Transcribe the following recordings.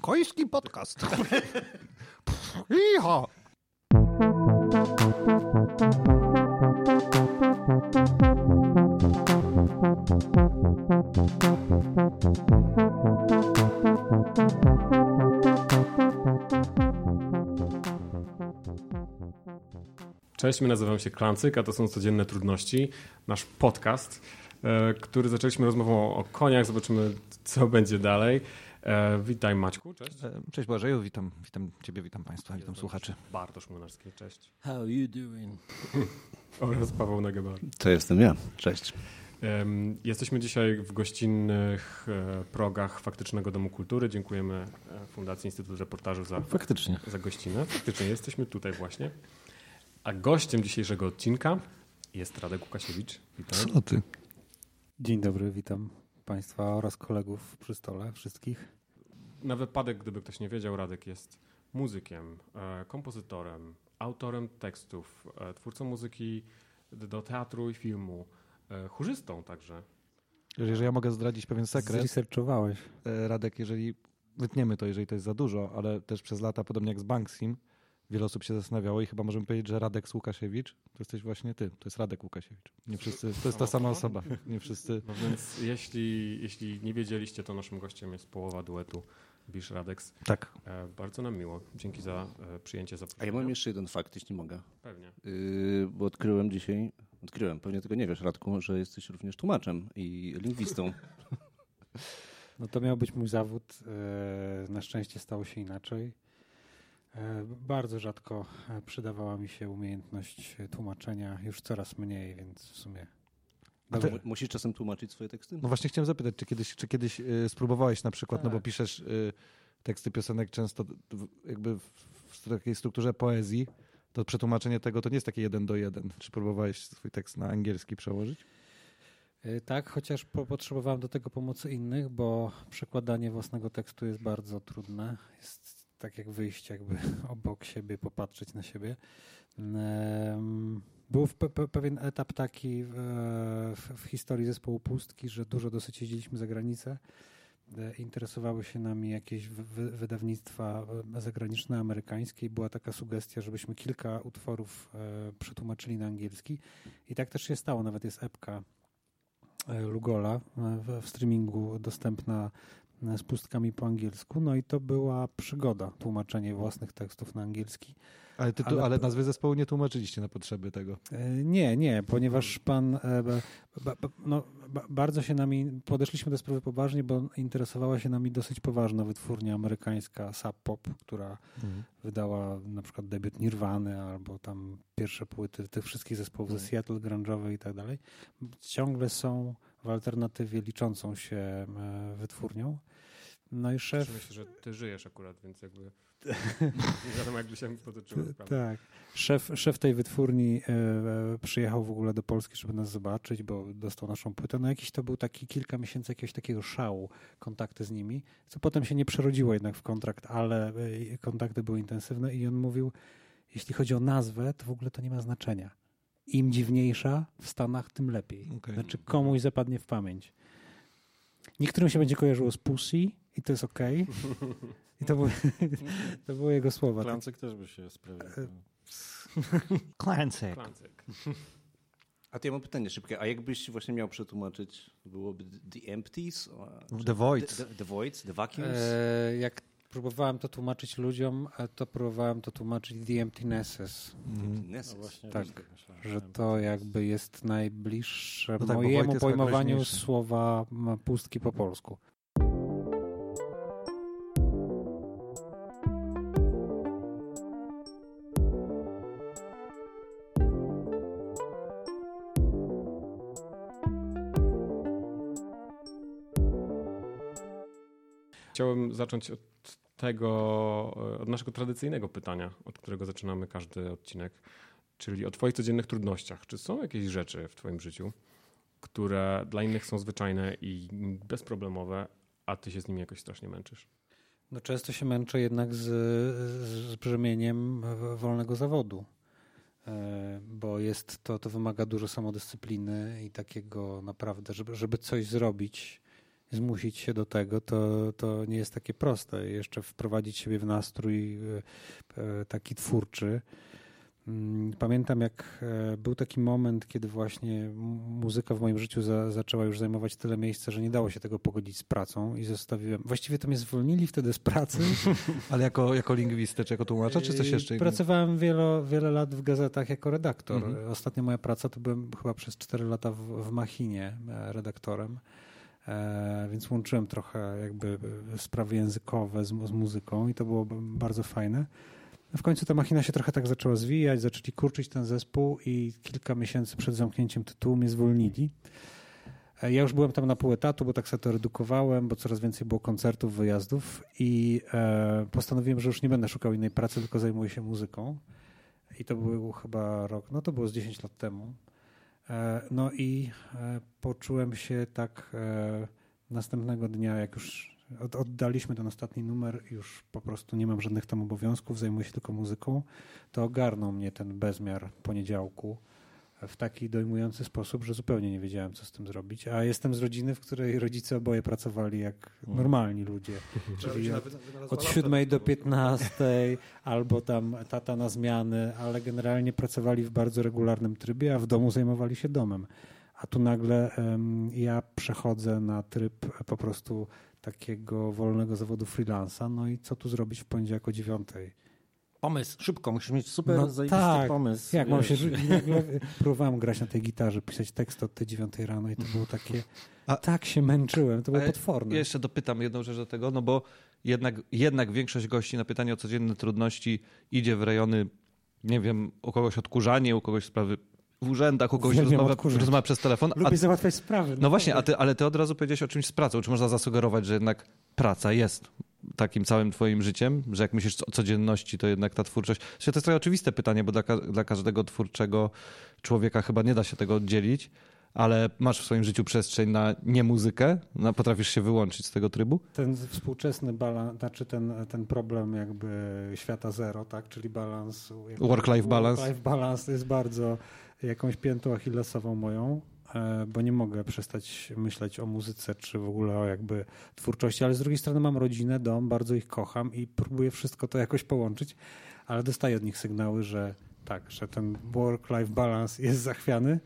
Koński podcast. Iha. Cześć, my nazywam się Klancyk, a to są Codzienne Trudności, nasz podcast, który zaczęliśmy rozmową o koniach. Zobaczymy, co będzie dalej. Witaj Maćku, cześć. Cześć Błażeju, witam Ciebie, witam Państwa, witam słuchaczy. Bartosz Młynarski, cześć. How you doing? Oraz Paweł Nagebar. To jestem ja, cześć. Jesteśmy dzisiaj w gościnnych progach Faktycznego Domu Kultury. Dziękujemy Fundacji Instytut Reportażu za gościnę. Faktycznie, jesteśmy tutaj właśnie. A gościem dzisiejszego odcinka jest Radek Łukasiewicz. Witam. Co ty? Dzień dobry, witam Państwa oraz kolegów przy stole, wszystkich. Na wypadek, gdyby ktoś nie wiedział, Radek jest muzykiem, kompozytorem, autorem tekstów, twórcą muzyki do teatru i filmu, chórzystą także. Jeżeli ja mogę zdradzić pewien sekret. Zresearchowałeś. Radek, jeżeli wytniemy to, jeżeli to jest za dużo, ale też przez lata, podobnie jak z Banksim, wiele osób się zastanawiało i chyba możemy powiedzieć, że Radek Łukasiewicz to jesteś właśnie ty. To jest Radek Łukasiewicz. Nie wszyscy, to jest ta sama osoba. Nie wszyscy. No więc jeśli nie wiedzieliście, to naszym gościem jest połowa duetu Bisz Radex. Tak. Bardzo nam miło. Dzięki za przyjęcie zaproszenia. A ja mam jeszcze jeden fakt, jeśli mogę. Pewnie. Bo odkryłem, pewnie tego nie wiesz, Radku, że jesteś również tłumaczem i lingwistą. No to miał być mój zawód. Na szczęście stało się inaczej. Bardzo rzadko przydawała mi się umiejętność tłumaczenia, już coraz mniej, więc w sumie... Musisz czasem tłumaczyć swoje teksty? No właśnie chciałem zapytać, czy kiedyś spróbowałeś na przykład, Tak. No bo piszesz teksty piosenek często jakby w takiej strukturze poezji, to przetłumaczenie tego to nie jest takie 1:1. Czy próbowałeś swój tekst na angielski przełożyć? Tak, chociaż potrzebowałem do tego pomocy innych, bo przekładanie własnego tekstu jest bardzo trudne. Jest tak jak wyjść jakby obok siebie, popatrzeć na siebie. Był pewien etap taki w historii zespołu Pustki, że dużo dosyć jeździliśmy za granicę. Interesowały się nami jakieś wydawnictwa zagraniczne, amerykańskie i była taka sugestia, żebyśmy kilka utworów przetłumaczyli na angielski. I tak też się stało. Nawet jest epka Lugola w streamingu dostępna z pustkami po angielsku. No i to była przygoda, tłumaczenie własnych tekstów na angielski. Ale nazwy zespołu nie tłumaczyliście na potrzeby tego. Nie, ponieważ pan bardzo się nami, podeszliśmy do sprawy poważnie, bo interesowała się nami dosyć poważna wytwórnia amerykańska Sub Pop, która wydała na przykład debiut Nirwany albo tam pierwsze płyty tych wszystkich zespołów ze Seattle, grunge'owe i tak dalej. Ciągle są w alternatywie liczącą się wytwórnią. No i szef... Myślę, że ty żyjesz akurat, więc jakby nie wiadomo, jakby się potoczyło sprawa. Tak. Szef tej wytwórni przyjechał w ogóle do Polski, żeby nas zobaczyć, bo dostał naszą płytę. No jakiś to był taki kilka miesięcy jakiegoś takiego szału, kontakty z nimi, co potem się nie przerodziło jednak w kontrakt, ale kontakty były intensywne i on mówił, jeśli chodzi o nazwę, to w ogóle to nie ma znaczenia. Im dziwniejsza w Stanach, tym lepiej. Okay. Znaczy komuś zapadnie w pamięć. Niektórym się będzie kojarzyło z Pussy i to jest okej. I to były jego słowa. Klancyk też by się sprawił. Klancyk. A to ja mam pytanie szybkie. A jakbyś właśnie miał przetłumaczyć, byłoby The Empties? The Voids. The Voids, The Vacuums? Jak próbowałem to tłumaczyć ludziom, to próbowałem to tłumaczyć The Emptinesses. Emptinesses. No właśnie, Tak, myślałem, że to jakby jest najbliższe No tak, bo mojemu Wojt jest pojmowaniu najgroźniejszy. słowa pustki po polsku. Chciałem zacząć od naszego tradycyjnego pytania, od którego zaczynamy każdy odcinek, czyli o twoich codziennych trudnościach. Czy są jakieś rzeczy w twoim życiu, które dla innych są zwyczajne i bezproblemowe, a ty się z nimi jakoś strasznie męczysz? No często się męczę jednak z brzemieniem wolnego zawodu, bo jest to wymaga dużo samodyscypliny i takiego naprawdę, żeby coś zrobić zmusić się do tego, to nie jest takie proste. Jeszcze wprowadzić siebie w nastrój taki twórczy. Pamiętam, jak był taki moment, kiedy właśnie muzyka w moim życiu zaczęła już zajmować tyle miejsca, że nie dało się tego pogodzić z pracą i zostawiłem. Właściwie to mnie zwolnili wtedy z pracy. Ale jako lingwistę, czy jako tłumacza, czy coś jeszcze innego? Pracowałem wiele lat w gazetach jako redaktor. Ostatnia moja praca to byłem chyba przez 4 lata w Machinie redaktorem. Więc łączyłem trochę jakby sprawy językowe z muzyką i to było bardzo fajne. W końcu ta machina się trochę tak zaczęła zwijać, zaczęli kurczyć ten zespół i kilka miesięcy przed zamknięciem tytułu mnie zwolnili. Ja już byłem tam na pół etatu, bo tak sobie to redukowałem, bo coraz więcej było koncertów, wyjazdów i postanowiłem, że już nie będę szukał innej pracy, tylko zajmuję się muzyką. I to był chyba rok, no to było z 10 lat temu. No i poczułem się tak następnego dnia, jak już oddaliśmy ten ostatni numer, już po prostu nie mam żadnych tam obowiązków, zajmuję się tylko muzyką, to ogarnął mnie ten bezmiar poniedziałku w taki dojmujący sposób, że zupełnie nie wiedziałem, co z tym zrobić. A jestem z rodziny, w której rodzice oboje pracowali jak normalni ludzie. Czyli od 7 do 15 albo tam tata na zmiany, ale generalnie pracowali w bardzo regularnym trybie, a w domu zajmowali się domem. A tu nagle ja przechodzę na tryb po prostu takiego wolnego zawodu freelansa. No i co tu zrobić w poniedziałek o 9? Pomysł, szybko, musisz mieć super zajebisty pomysł. Jak mam się próbowałem grać na tej gitarze, pisać tekst od tej 9 rano i to było takie, tak się męczyłem, to było potworne. Ja jeszcze dopytam jedną rzecz do tego, no bo jednak większość gości na pytanie o codzienne trudności idzie w rejony, nie wiem, u kogoś odkurzanie, u kogoś sprawy w urzędach, u kogoś rozmawia przez telefon. Lubię załatwiać sprawy. No właśnie, ale ty od razu powiedziałeś o czymś z pracą. Czy można zasugerować, że jednak praca jest takim całym twoim życiem, że jak myślisz o codzienności, to jednak ta twórczość... To jest trochę oczywiste pytanie, bo dla każdego twórczego człowieka chyba nie da się tego oddzielić, ale masz w swoim życiu przestrzeń na niemuzykę? Potrafisz się wyłączyć z tego trybu? Ten współczesny balans, znaczy ten problem jakby świata zero, tak, czyli balans... Work-life balance. Work-life balance jest bardzo jakąś piętą achillesową moją, bo nie mogę przestać myśleć o muzyce, czy w ogóle o jakby twórczości, ale z drugiej strony mam rodzinę, dom, bardzo ich kocham i próbuję wszystko to jakoś połączyć, ale dostaję od nich sygnały, że tak, że ten work-life balance jest zachwiany.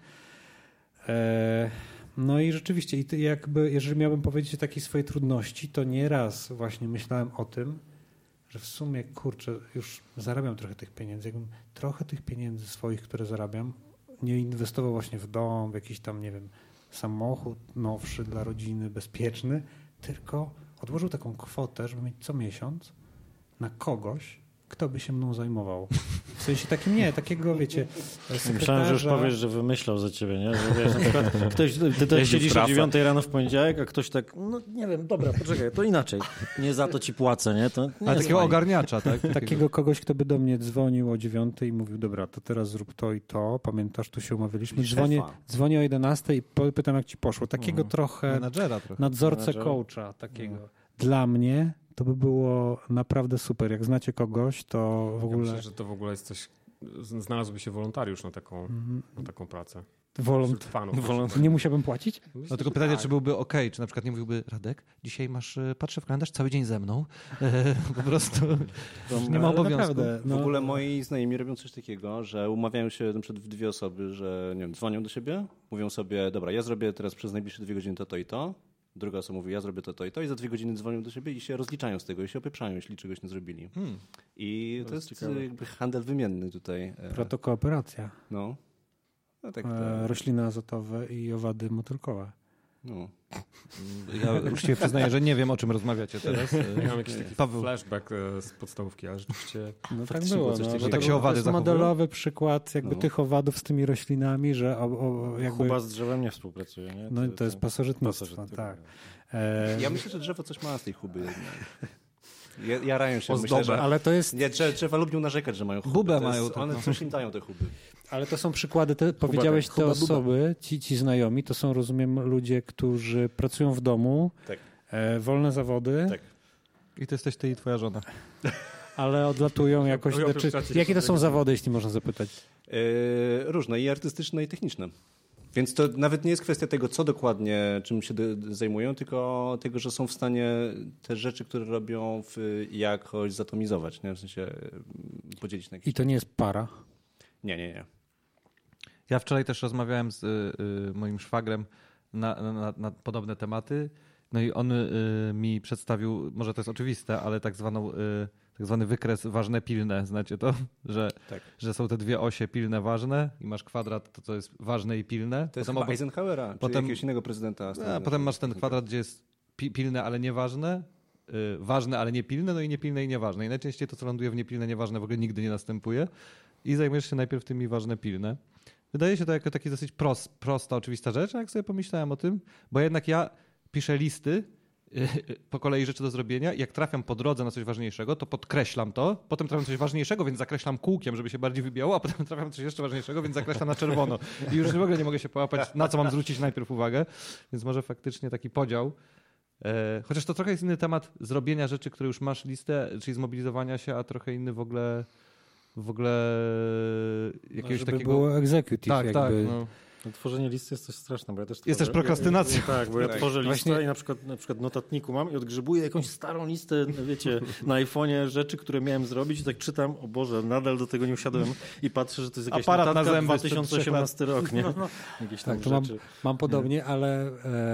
No i rzeczywiście, jakby, jeżeli miałbym powiedzieć o takiej swojej trudności, to nieraz właśnie myślałem o tym, że w sumie, kurczę, już zarabiam trochę tych pieniędzy. Jakbym trochę tych pieniędzy swoich, które zarabiam, nie inwestował właśnie w dom, w jakiś tam, nie wiem, samochód nowszy dla rodziny, bezpieczny, tylko odłożył taką kwotę, żeby mieć co miesiąc na kogoś, kto by się mną zajmował. W sensie takim, nie, takiego, wiecie, Myślałem, że już powiesz, że wymyślał za ciebie, nie? Że wiesz, na przykład ty tak siedzisz o 9 rano w poniedziałek, a ktoś tak, no nie wiem, dobra, poczekaj, to inaczej. Nie za to ci płacę, nie? To nie ale takiego ogarniacza, tak? Takiego kogoś, kto by do mnie dzwonił o 9 i mówił, dobra, to teraz zrób to i to, pamiętasz, tu się umawialiśmy. Dzwonię o 11 i pytam, jak ci poszło. Takiego trochę menadżera trochę. Nadzorcę coacha takiego. Dla mnie to by było naprawdę super. Jak znacie kogoś, to w ogóle... Ja myślę, że to w ogóle jest coś... Znalazłby się wolontariusz na taką pracę. Nie musiałbym płacić? No tylko pytanie, czy byłby okej, czy na przykład nie mówiłby, Radek, dzisiaj patrzę w kalendarz, cały dzień ze mną. Po prostu nie ma obowiązku. Naprawdę, W ogóle moi znajomi robią coś takiego, że umawiają się na przykład w 2 osoby, że nie wiem, dzwonią do siebie, mówią sobie, dobra, ja zrobię teraz przez najbliższe 2 godziny to i to. Druga osoba mówi, ja zrobię to i to i za 2 godziny dzwonią do siebie i się rozliczają z tego i się opieprzają, jeśli czegoś nie zrobili. I to jest jakby handel wymienny tutaj. Protokooperacja. No. Tak, rośliny azotowe i owady motylkowe. No. Ja uczciwie przyznaję, że nie wiem, o czym rozmawiacie teraz. Ja mam jakiś taki flashback z podstawówki, ale rzeczywiście... No tak było. Że tak się owady zachowują. Modelowy przykład jakby tych owadów z tymi roślinami, że jakby... Chuba z drzewem nie współpracuje, nie? No to jest pasożytnictwo, tak. Ja myślę, że drzewo coś ma z tej chuby. Jarają się. Myślę, że... Ale to jest... Nie, drzewa lubią narzekać, że mają chuby. Bubę mają. One coś im dają te chuby. Ale to są przykłady, powiedziałeś te osoby, ci znajomi, to są, rozumiem, ludzie, którzy pracują w domu, tak. Wolne zawody. Tak. I to jesteś ty i twoja żona. Ale odlatują jakoś... Jakie to są zawody, jeśli można zapytać? Różne, i artystyczne, i techniczne. Więc to nawet nie jest kwestia tego, co dokładnie, czym się zajmują, tylko tego, że są w stanie te rzeczy, które robią, jakoś zatomizować, nie? W sensie podzielić na jakieś... I to nie jest para? Nie. Ja wczoraj też rozmawiałem z moim szwagrem na podobne tematy. No i on mi przedstawił, może to jest oczywiste, ale tak zwany wykres ważne, pilne. Znacie to? Że są te dwie osie pilne, ważne i masz kwadrat, to co jest ważne i pilne. To jest chyba Eisenhowera, czy jakiegoś innego prezydenta. A potem masz ten kwadrat, gdzie jest pilne, ale nieważne, ważne, ale niepilne, no i niepilne i nieważne. I najczęściej to, co ląduje w niepilne, nieważne, w ogóle nigdy nie następuje. I zajmujesz się najpierw tymi ważne, pilne. Wydaje się to jako taki dosyć prosta, oczywista rzecz, a jak sobie pomyślałem o tym, bo jednak ja piszę listy po kolei rzeczy do zrobienia i jak trafiam po drodze na coś ważniejszego, to podkreślam to, potem trafiam coś ważniejszego, więc zakreślam kółkiem, żeby się bardziej wybiało, a potem trafiam coś jeszcze ważniejszego, więc zakreślam na czerwono. I już w ogóle nie mogę się połapać, na co mam zwrócić najpierw uwagę, więc może faktycznie taki podział. Chociaż to trochę jest inny temat zrobienia rzeczy, które już masz listę, czyli zmobilizowania się, a trochę inny w ogóle jakiegoś żeby takiego... było executive jakby. Tak, no. Tworzenie listy jest coś straszne, bo ja też tworzę. Jest też prokrastynacja. Tak, bo ja tworzę listę i na przykład w notatniku mam i odgrzebuję jakąś starą listę, wiecie, na iPhone'ie rzeczy, które miałem zrobić i tak czytam, o Boże, nadal do tego nie usiadłem i patrzę, że to jest jakaś aparat notatka na zęby 2018 rok, nie? Jakieś tam Tak, to rzeczy. mam podobnie, ale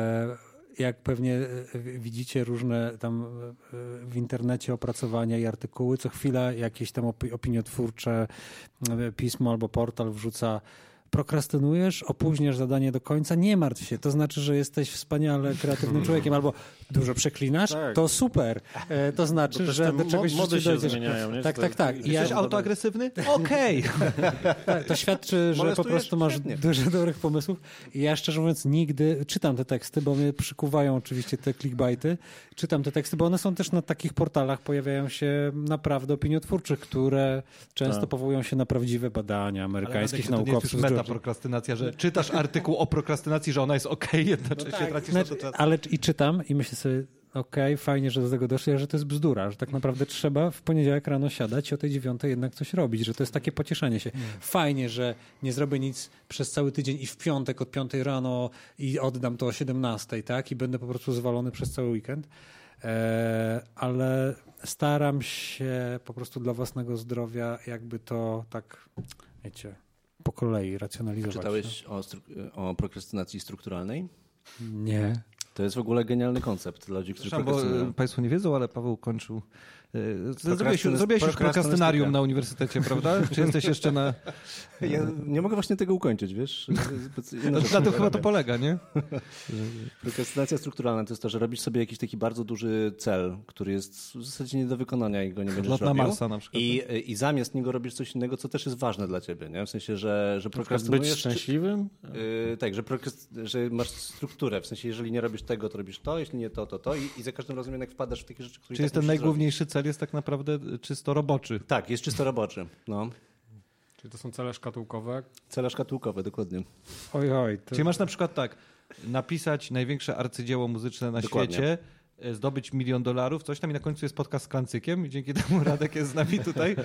jak pewnie widzicie różne tam w internecie opracowania i artykuły, co chwila jakieś tam opiniotwórcze pismo albo portal wrzuca: prokrastynujesz, opóźniasz zadanie do końca, nie martw się, to znaczy, że jesteś wspaniale kreatywnym człowiekiem, albo dużo przeklinasz, tak. To super, to znaczy, że do czegoś mody się dojdziesz. zmieniają, nie? Tak. Jesteś autoagresywny? Okej. Tak, to świadczy, że po prostu masz dużo dobrych pomysłów. I ja szczerze mówiąc nigdy czytam te teksty, bo mnie przykuwają oczywiście te clickbaity. Czytam te teksty, bo one są też na takich portalach, pojawiają się naprawdę opiniotwórczych, które często powołują się na prawdziwe badania amerykańskich naukowców. To nie jest już prokrastynacja, że czytasz artykuł o prokrastynacji, że ona jest okej, jednocześnie tracisz na to czas. Ale i czytam i myślę sobie, okej, fajnie, że do tego doszli, ale że to jest bzdura, że tak naprawdę trzeba w poniedziałek rano siadać i o tej 9 jednak coś robić, że to jest takie pocieszenie się. Fajnie, że nie zrobię nic przez cały tydzień i w piątek od 5 rano i oddam to o 17, tak? I będę po prostu zwalony przez cały weekend. Ale staram się po prostu dla własnego zdrowia jakby to tak, wiecie, po kolei racjonalizować. Czytałeś o prokrastynacji strukturalnej? Nie. To jest w ogóle genialny koncept dla ludzi, którzy prokrastynują. Bo Państwo nie wiedzą, ale Paweł kończył... Zrobiłeś już prokrastynarium na uniwersytecie, prawda? Czy jesteś jeszcze na... Ja nie mogę właśnie tego ukończyć, wiesz? Na tym chyba to polega, nie? Prokrastynacja strukturalna to jest to, że robisz sobie jakiś taki bardzo duży cel, który jest w zasadzie nie do wykonania i go nie będziesz robił. Lot na Marsa na przykład. I zamiast niego robisz coś innego, co też jest ważne dla ciebie, nie? W sensie, że prokrastynujesz... Być szczęśliwym? Tak, że masz strukturę. W sensie, jeżeli nie robisz tego, to robisz to, jeśli nie to, to to i za każdym razem jednak wpadasz w takie rzeczy, które... Czyli jest ten najgłówniejszy cel jest tak naprawdę czysto roboczy. Tak, jest czysto roboczy. No. Czyli to są cele szkatułkowe? Cele szkatułkowe, dokładnie. Oj. Czyli masz na przykład tak, napisać największe arcydzieło muzyczne na świecie, zdobyć $1 000 000, coś tam i na końcu jest podcast z Klancykiem i dzięki temu Radek jest z nami tutaj,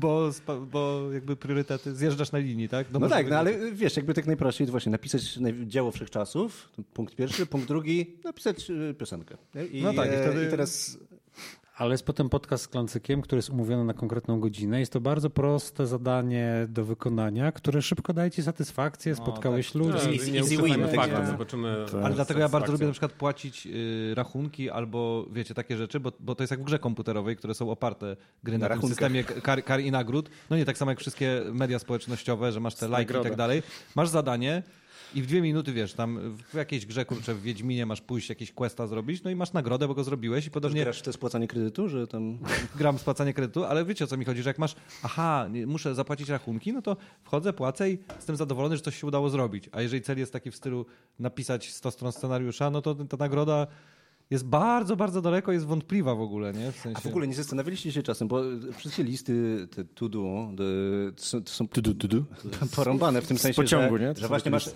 bo jakby priorytety, zjeżdżasz na linii, tak? No tak, no ale wiesz, jakby tak najprościej jest właśnie napisać dzieło wszechczasów, punkt pierwszy, punkt drugi, napisać piosenkę. No tak, i teraz... Ale jest potem podcast z Klancykiem, który jest umówiony na konkretną godzinę. Jest to bardzo proste zadanie do wykonania, które szybko daje ci satysfakcję, spotkałeś ludzi. Easy win. Zobaczymy. Ale dlatego ja bardzo lubię na przykład płacić rachunki albo wiecie, takie rzeczy, bo to jest jak w grze komputerowej, które są oparte gry na tym systemie kar i nagród. No nie tak samo jak wszystkie media społecznościowe, że masz te lajki i tak dalej. Masz zadanie i w 2 minuty, wiesz, tam w jakiejś grze, kurczę, w Wiedźminie masz pójść jakieś questa zrobić, no i masz nagrodę, bo go zrobiłeś i podobnie... Grasz w to spłacanie kredytu, że tam... Gram spłacanie kredytu, ale wiecie, o co mi chodzi, że jak masz, muszę zapłacić rachunki, no to wchodzę, płacę i jestem zadowolony, że coś się udało zrobić. A jeżeli cel jest taki w stylu napisać 100 stron scenariusza, no to ta nagroda jest bardzo, bardzo daleko, jest wątpliwa w ogóle, nie? W sensie... A w ogóle nie zastanawialiście się czasem, bo wszystkie listy te to-do są porąbane w tym sensie, pociągu, że, nie? że właśnie masz...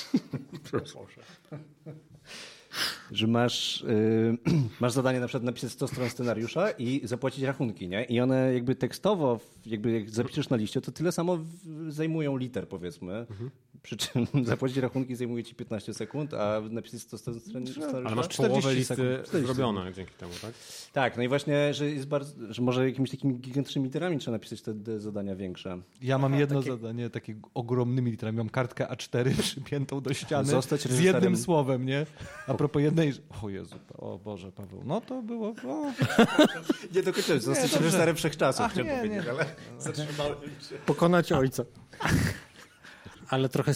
że masz zadanie na przykład napisać 100 stron scenariusza i zapłacić rachunki, nie? I one jakby tekstowo, jakby jak zapiszesz na liście, to tyle samo zajmują liter, powiedzmy. Przy czym zapłacić rachunki zajmuje ci 15 sekund, a napisać 100 stron. Ale masz połowę listy zrobione dzięki temu, tak? Tak, no i właśnie, że może jakimiś takimi gigantycznymi literami trzeba napisać te zadania większe. Ja mam jedno zadanie, takie ogromnymi literami. Mam kartkę A4 przypiętą do ściany z jednym słowem, nie? A propos jednej... O Jezu, o Boże, Paweł. No to było... O. Nie dokończyłem, zostać reżyserem wszechczasów, chciałem powiedzieć, ale zatrzymałem się. Pokonać ojca. Ale trochę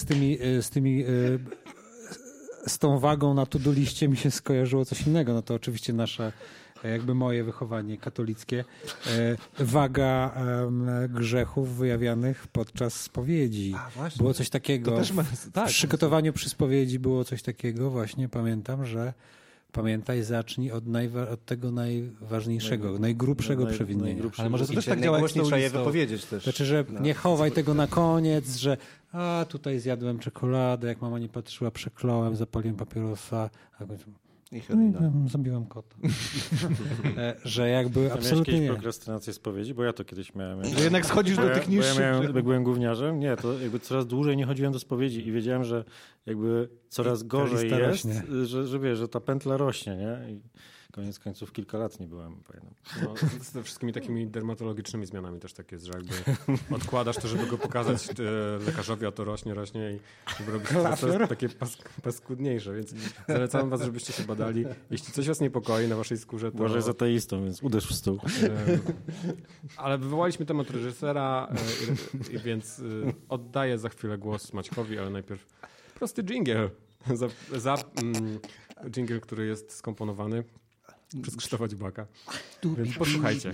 z tą wagą na to-do liście mi się skojarzyło coś innego. No to oczywiście nasze, jakby moje wychowanie katolickie. Waga grzechów wyjawianych podczas spowiedzi. Było coś takiego. W przygotowaniu przy spowiedzi było coś takiego, właśnie pamiętam, że pamiętaj, zacznij od tego najważniejszego, najgrubszego przewinienia. Ale może to też tak działa, jak trzeba je wypowiedzieć też. Znaczy, że nie chowaj tego na koniec, że tutaj zjadłem czekoladę, jak mama nie patrzyła, przekląłem, zapaliłem papierosa, zabiłem kota. Że jakby absolutnie nie. Prokrastynację spowiedzi, bo ja to kiedyś miałem. Że jednak schodzisz do tych niższych. Jak byłem gówniarzem, nie, to jakby coraz dłużej nie chodziłem do spowiedzi i wiedziałem, że jakby coraz gorzej jest, że wiesz, że ta pętla rośnie, nie? I koniec końców kilka lat nie byłem, pamiętam. No, z tymi wszystkimi takimi dermatologicznymi zmianami też tak jest, że jakby odkładasz to, żeby go pokazać lekarzowi, a to rośnie i robisz to takie paskudniejsze, więc zalecam was, żebyście się badali. Jeśli coś was niepokoi na waszej skórze, to... Może jest ateistą, więc uderz w stół. Ale wywołaliśmy temat reżysera, więc oddaję za chwilę głos Maćkowi, ale najpierw prosty dżingiel. Dżingiel, który jest skomponowany przez Krzysztofa Dziubaka. Więc posłuchajcie.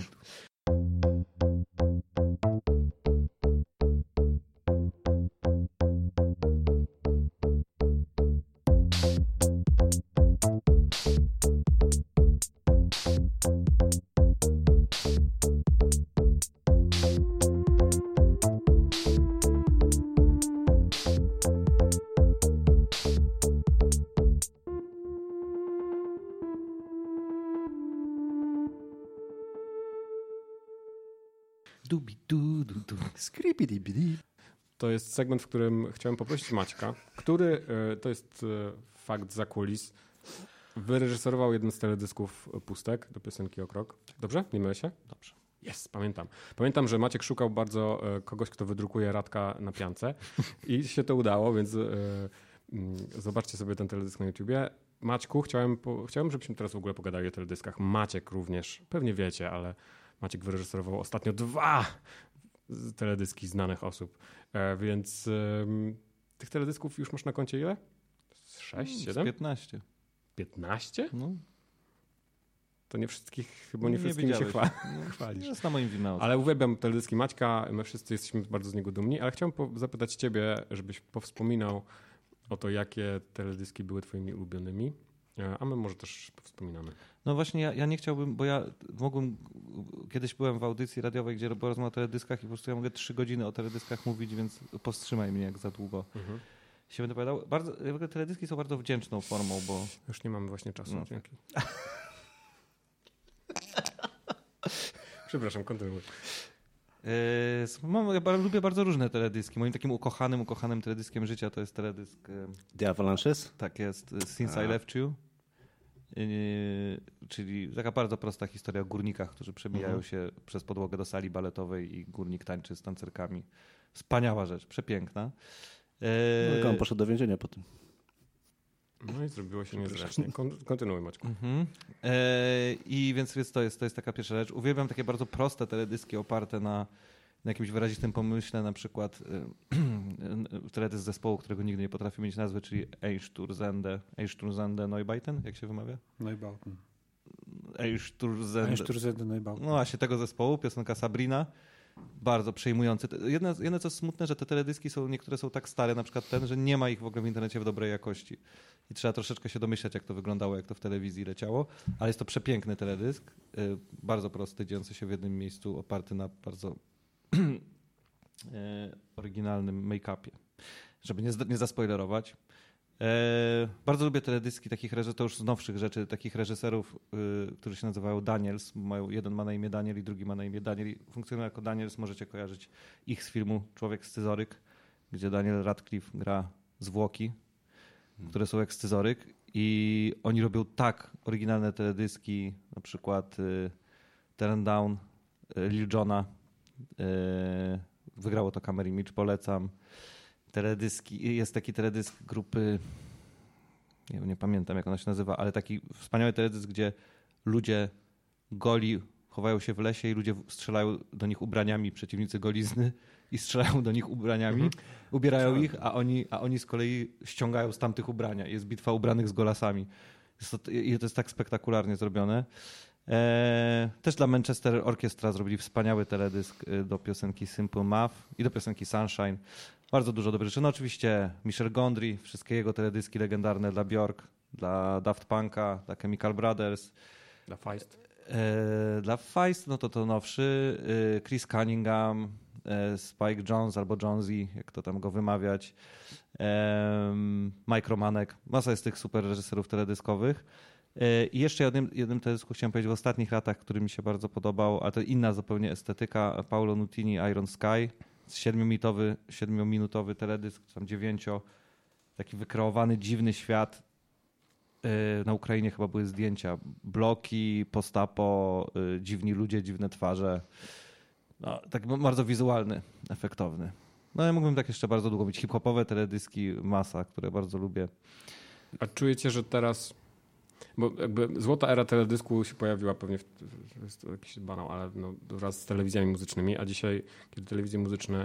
To jest segment, w którym chciałem poprosić Maćka, który, to jest fakt za kulis, wyreżyserował jeden z teledysków Pustek do piosenki O Krok. Dobrze? Nie mylę się? Dobrze. Jest, pamiętam. Pamiętam, że Maciek szukał bardzo kogoś, kto wydrukuje Radka na piance i się to udało, więc zobaczcie sobie ten teledysk na YouTubie. Maćku, chciałem, żebyśmy teraz w ogóle pogadali o teledyskach. Maciek również, pewnie wiecie, ale Maciek wyreżyserował ostatnio 2 teledyski znanych osób, więc tych teledysków już masz na koncie ile? 6, 7? 15. 15? No. To nie wszystkich, chyba nie wszystkimi się chwalisz. To jest na moim wina. Ale uwielbiam teledyski Maćka, my wszyscy jesteśmy bardzo z niego dumni, ale chciałem zapytać ciebie, żebyś powspominał o to, jakie teledyski były twoimi ulubionymi, a my może też powspominamy. No właśnie, ja nie chciałbym, bo ja kiedyś byłem w audycji radiowej, gdzie robiłem rozmowę o teledyskach i po prostu ja mogę 3 godziny o teledyskach mówić, więc powstrzymaj mnie, jak za długo się będę opowiadał. W ogóle teledyski są bardzo wdzięczną formą, bo... Już nie mamy właśnie czasu. No. Dzięki. Przepraszam, kontynuuj. Ja lubię bardzo różne teledyski. Moim takim ukochanym teledyskiem życia to jest teledysk... The Avalanches? Tak jest, Since I Left You. Czyli taka bardzo prosta historia o górnikach, którzy przebijają się przez podłogę do sali baletowej i górnik tańczy z tancerkami. Wspaniała rzecz, przepiękna. No, on poszedł do więzienia po tym. No i zrobiło się niezręcznie. Kontynuuj, Maćku. I więc to jest taka pierwsza rzecz. Uwielbiam takie bardzo proste teledyski oparte na jakimś wyrazistym pomyśle, na przykład teledysk zespołu, którego nigdy nie potrafię mieć nazwy, czyli Einsturzende Neubauten, jak się wymawia? Neubauten. Einsturzende Neubauten. No właśnie tego zespołu, piosenka Sabrina. Bardzo przejmujący. Jedno co smutne, że te teledyski niektóre są tak stare, na przykład ten, że nie ma ich w ogóle w internecie w dobrej jakości. I trzeba troszeczkę się domyślać, jak to wyglądało, jak to w telewizji leciało. Ale jest to przepiękny teledysk, bardzo prosty, dziejący się w jednym miejscu, oparty na bardzo oryginalnym make-upie. Żeby nie zaspoilerować. Bardzo lubię teledyski takich reżyserów, to już z nowszych rzeczy, takich reżyserów, którzy się nazywają Daniels. Jeden ma na imię Daniel i drugi ma na imię Daniel. I funkcjonują jako Daniels, możecie kojarzyć ich z filmu Człowiek Scyzoryk. gdzie Daniel Radcliffe gra zwłoki, które są jak scyzoryk i oni robią tak oryginalne teledyski, na przykład Turn Down, Lil Jona, wygrało to Camera Image, polecam. Teledyski, jest taki teledysk grupy, nie pamiętam jak ona się nazywa, ale taki wspaniały teledysk, gdzie ludzie goli chowają się w lesie i ludzie strzelają do nich ubraniami, przeciwnicy golizny i strzelają do nich ubraniami, ubierają ich, a oni z kolei ściągają z tamtych ubrania. Jest bitwa ubranych z golasami. To jest tak spektakularnie zrobione. Też dla Manchester Orchestra zrobili wspaniały teledysk do piosenki Simple Math i do piosenki Sunshine. Bardzo dużo dobrych rzeczy. No oczywiście Michel Gondry, wszystkie jego teledyski legendarne dla Björk, dla Daft Punka, dla Chemical Brothers. Dla Feist. Dla Feist, no to nowszy. Chris Cunningham, Spike Jonze albo Jonesy, jak to tam go wymawiać. Mike Romanek. Masa jest tych super reżyserów teledyskowych. I jeszcze jednym teledysku chciałem powiedzieć w ostatnich latach, który mi się bardzo podobał, ale to inna zupełnie estetyka. Paolo Nutini, Iron Sky. 7-minutowy teledysk, tam 9. Taki wykreowany, dziwny świat. Na Ukrainie chyba były zdjęcia. Bloki, postapo, dziwni ludzie, dziwne twarze. No, tak bardzo wizualny, efektowny. No ja mógłbym tak jeszcze bardzo długo mieć. Hip-hopowe teledyski, masa, które bardzo lubię. A czujecie, że teraz, bo jakby złota era teledysku się pojawiła pewnie, jest to jakiś banał, ale no, wraz z telewizjami muzycznymi, a dzisiaj, kiedy telewizje muzyczne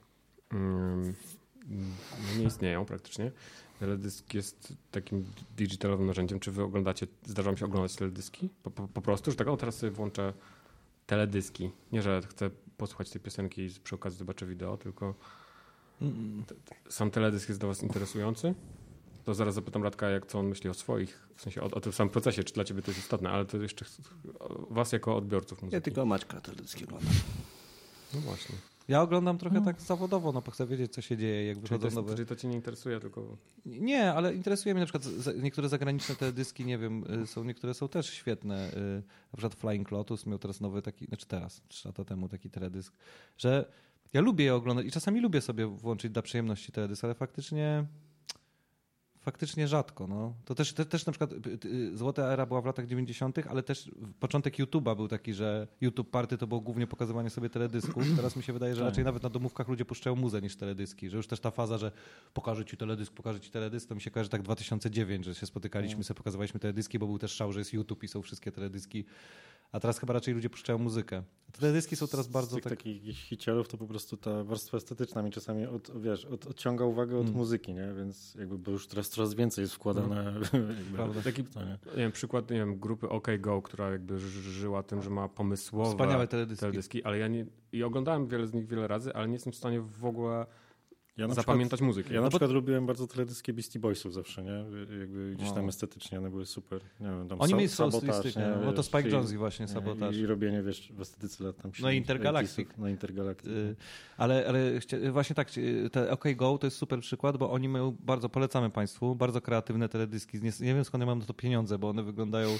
nie istnieją praktycznie, teledysk jest takim digitalowym narzędziem. Czy wy oglądacie, zdarza mi się oglądać teledyski? Po prostu, że tak, teraz sobie włączę teledyski. Nie, że chcę posłuchać tej piosenki i przy okazji zobaczę wideo, tylko sam teledysk jest dla was interesujący? To zaraz zapytam Radka, co on myśli o swoich, w sensie o tym samym procesie, czy dla ciebie to jest istotne, ale to jeszcze was jako odbiorców muzyki. Ja tylko Maćka teledyski oglądam. No właśnie. Ja oglądam trochę tak zawodowo, bo chcę wiedzieć, co się dzieje, jak wychodzą nowe... Czyli to cię nie interesuje, tylko... Nie, ale interesuje mnie na przykład niektóre zagraniczne teledyski, nie wiem, niektóre są też świetne. Na przykład Flying Lotus miał teraz nowy taki, 3 lata temu taki teledysk, że ja lubię je oglądać i czasami lubię sobie włączyć dla przyjemności teledysk, ale faktycznie rzadko. No. To też na przykład złota era była w latach 90., ale też początek YouTube'a był taki, że YouTube Party to było głównie pokazywanie sobie teledysków. Teraz mi się wydaje, że raczej nawet na domówkach ludzie puszczają muzę niż teledyski, że już też ta faza, że pokażę ci teledysk, to mi się kojarzy tak 2009, że się spotykaliśmy, sobie pokazywaliśmy teledyski, bo był też szał, że jest YouTube i są wszystkie teledyski. A teraz chyba raczej ludzie puszczają muzykę. Te teledyski są teraz bardzo... Z tych takich hiciorów to po prostu ta warstwa estetyczna mi czasami odciąga uwagę od muzyki, nie? Więc jakby bo już teraz coraz więcej jest wkładane. Prawda. Taki przykład grupy OK Go, która jakby żyła tym, że ma pomysłowe wspaniałe teledyski, ale ja i oglądałem wiele z nich wiele razy, ale nie jestem w stanie w ogóle zapamiętać muzyki. Ja na przykład lubiłem bardzo teledyski Beastie Boysów zawsze, nie? Jakby gdzieś tam estetycznie one były super. Nie wiem, tam oni mieli Sabotaż, nie? No to Spike Jonze właśnie, Sabotaż. I robienie, w estetyce lat tam... No Intergalactic. No Intergalactic. Ale właśnie tak, te OK Go to jest super przykład, bo oni mają, bardzo polecamy Państwu, bardzo kreatywne teledyski. Nie wiem skąd ja mam na to pieniądze, bo one wyglądają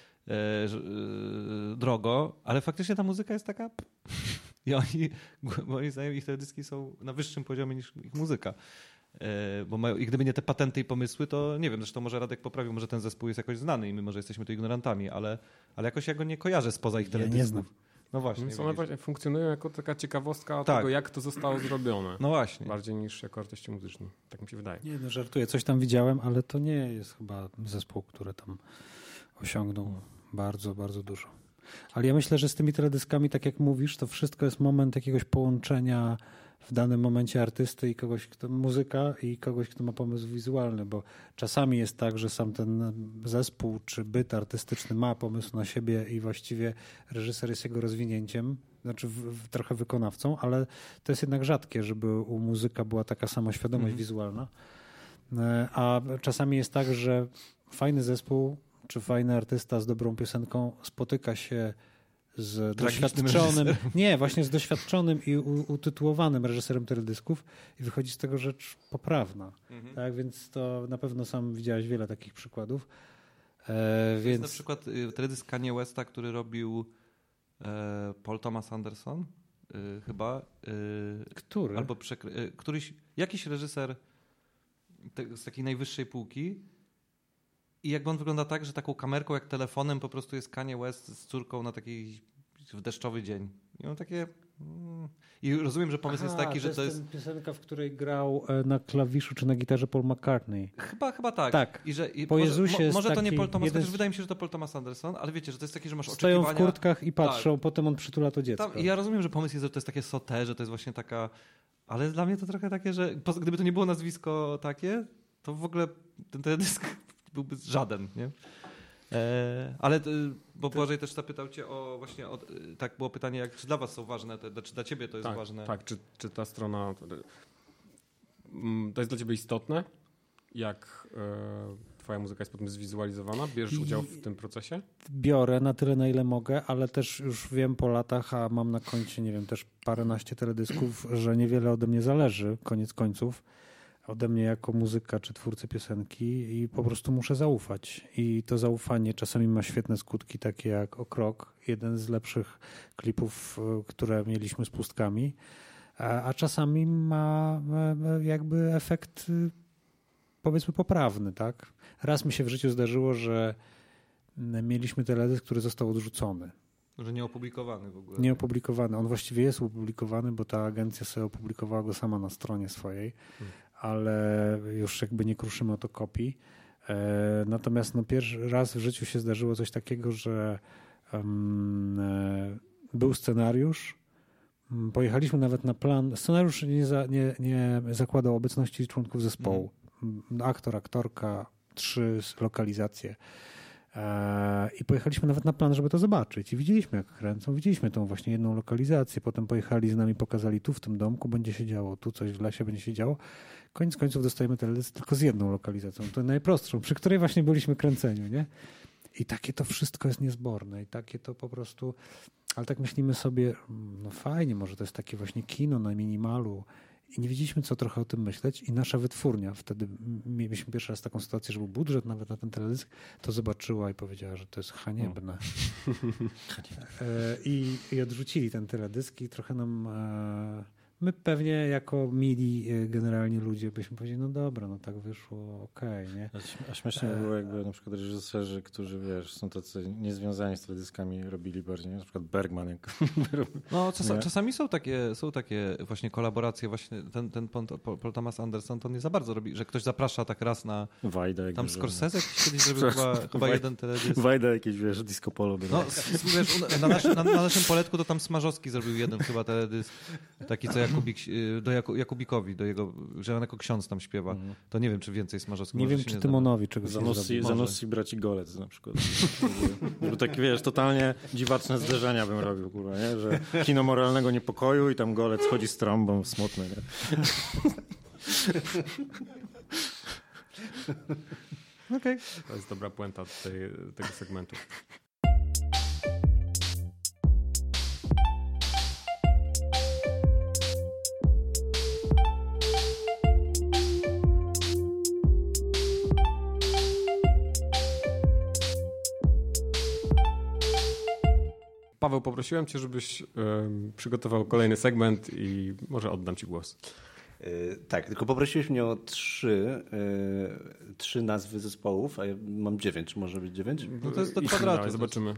drogo, ale faktycznie ta muzyka jest taka... I moim zdaniem ich teledyski są na wyższym poziomie niż ich muzyka. Bo mają, i gdyby nie te patenty i pomysły, to nie wiem, zresztą może Radek poprawił, może ten zespół jest jakoś znany i my może jesteśmy tu ignorantami, ale jakoś ja go nie kojarzę spoza ich teledysków. Nie znam. No właśnie. Więc one właśnie funkcjonują jako taka ciekawostka tego, jak to zostało zrobione. No właśnie. Bardziej niż jako artyści muzyczni. Tak mi się wydaje. Nie, żartuję. Coś tam widziałem, ale to nie jest chyba zespół, który tam osiągnął bardzo, bardzo dużo. Ale ja myślę, że z tymi teledyskami, tak jak mówisz, to wszystko jest moment jakiegoś połączenia w danym momencie artysty i kogoś, kto muzyka i kogoś, kto ma pomysł wizualny, bo czasami jest tak, że sam ten zespół czy byt artystyczny ma pomysł na siebie i właściwie reżyser jest jego rozwinięciem, znaczy trochę wykonawcą, ale to jest jednak rzadkie, żeby u muzyka była taka sama świadomość wizualna. A czasami jest tak, że fajny zespół czy fajny artysta z dobrą piosenką spotyka się z doświadczonym, z doświadczonym i utytułowanym reżyserem teledysków i wychodzi z tego rzecz poprawna. Tak, więc to na pewno sam widziałeś wiele takich przykładów. Więc... Jest na przykład teledysk Kanye Westa, który robił Paul Thomas Anderson. chyba. Który? Albo jakiś reżyser z takiej najwyższej półki i jakby on wygląda tak, że taką kamerką jak telefonem po prostu jest Kanye West z córką na taki deszczowy dzień. I on takie... I rozumiem, że pomysł jest taki, że to jest... piosenka, w której grał na klawiszu czy na gitarze Paul McCartney. Chyba tak. Tak. Po Jezusie może to nie Paul Thomas, chociaż wydaje mi się, że to Paul Thomas Anderson, ale wiecie, że to jest takie, że masz Stoją oczekiwania... w kurtkach i patrzą, potem on przytula to dziecko. I ja rozumiem, że pomysł jest, że to jest takie sauté, że to jest właśnie taka... Ale dla mnie to trochę takie, że gdyby to nie było nazwisko takie, to w ogóle ten teledysk byłby żaden, nie? Ale, bo Błażej też zapytał cię o właśnie, tak było pytanie, czy dla was są ważne, czy dla ciebie to jest ważne? Tak, czy ta strona, to jest dla ciebie istotne, jak twoja muzyka jest potem zwizualizowana? Bierzesz udział w tym procesie? Biorę na tyle, na ile mogę, ale też już wiem po latach, a mam na koncie, nie wiem, też paręnaście teledysków, że niewiele ode mnie zależy, koniec końców, ode mnie jako muzyka czy twórcy piosenki i po prostu muszę zaufać. I to zaufanie czasami ma świetne skutki, takie jak O Krok, jeden z lepszych klipów, które mieliśmy z Pustkami, a czasami ma jakby efekt powiedzmy poprawny, tak? Raz mi się w życiu zdarzyło, że mieliśmy teledysk, który został odrzucony. Że nie opublikowany w ogóle. Nie opublikowany. On właściwie jest opublikowany, bo ta agencja sobie opublikowała go sama na stronie swojej, ale już jakby nie kruszymy o to kopii. Natomiast pierwszy raz w życiu się zdarzyło coś takiego, że był scenariusz, pojechaliśmy nawet na plan. Scenariusz nie zakładał obecności członków zespołu. Aktor, aktorka, 3 lokalizacje. I pojechaliśmy nawet na plan, żeby to zobaczyć. I widzieliśmy, jak kręcą. Widzieliśmy tą właśnie jedną lokalizację. Potem pojechali z nami, pokazali tu w tym domku będzie się działo, tu coś w lesie będzie się działo. Koniec końców dostajemy teledysk tylko z jedną lokalizacją. To najprostszą, przy której właśnie byliśmy kręceniu, nie? I takie to wszystko jest niezborne. I takie to po prostu... Ale tak myślimy sobie, no fajnie, może to jest takie właśnie kino na minimalu. I nie wiedzieliśmy, co trochę o tym myśleć. I nasza wytwórnia, wtedy mieliśmy pierwszy raz taką sytuację, że był budżet nawet na ten teledysk, to zobaczyła i powiedziała, że to jest haniebne. I odrzucili ten teledysk i trochę nam... My pewnie jako mili generalnie ludzie byśmy powiedzieli, no dobra, no tak wyszło, okej, nie? A śmiesznie było jakby na przykład reżyserzy, którzy wiesz, są tacy niezwiązani z teledyskami, robili bardziej, nie? Na przykład Bergman. Jak no czasami są takie właśnie kolaboracje, właśnie ten Paul Thomas Anderson to nie za bardzo robi, że ktoś zaprasza tak raz na... Wajda. Tam Scorsese jakiś kiedyś zrobił chyba jeden teledysk. Wajda jakieś, wiesz, disco polo. No, wiesz, na naszym poletku to tam Smarzowski zrobił jeden chyba teledysk, taki co Jakubikowi, do jego, że on jako ksiądz tam śpiewa. To nie wiem, czy więcej Smarzowski. Nie wiem, czy Tymonowi czegoś Zanussi braci Golec na przykład. Żeby takie, wiesz, totalnie dziwaczne zderzenia bym robił, kurwa, nie? Że kino moralnego niepokoju i tam Golec chodzi z trąbą, smutny, nie? Okej. To jest dobra puenta tego segmentu. Paweł, poprosiłem cię, żebyś przygotował kolejny segment i może oddam ci głos. Tak, tylko poprosiłeś mnie o 3 nazwy zespołów, a ja mam 9. Czy może być 9? No to jest do kwadratu. Dawaj, zobaczymy.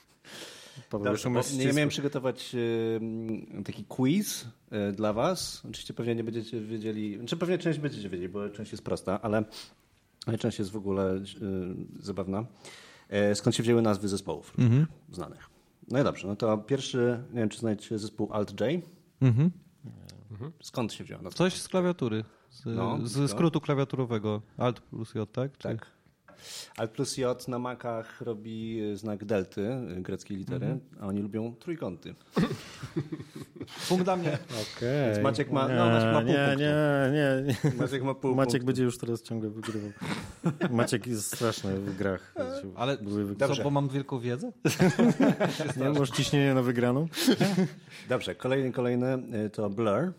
Ja miałem przygotować taki quiz dla was. Oczywiście pewnie nie będziecie wiedzieli, czy pewnie część będziecie wiedzieli, bo część jest prosta, ale część jest w ogóle zabawna. Skąd się wzięły nazwy zespołów znanych? No i dobrze, no to pierwszy, nie wiem, czy znajdziecie zespół Alt-J. Skąd się wzięła nazwa? Coś z klawiatury, ze skrótu klawiaturowego. Alt plus J, tak? Tak. Alt plus J na Macach robi znak delty, greckiej litery, a oni lubią trójkąty. Punkt dla mnie. Okej. Więc Maciek ma, Maciek ma pół punktu. Nie. Maciek ma pół Maciek punktu. będzie już teraz ciągle wygrywał. Maciek jest straszny w grach. Ale co, bo mam wielką wiedzę? Nie, masz ciśnienie na wygraną? Dobrze, kolejny to Blur.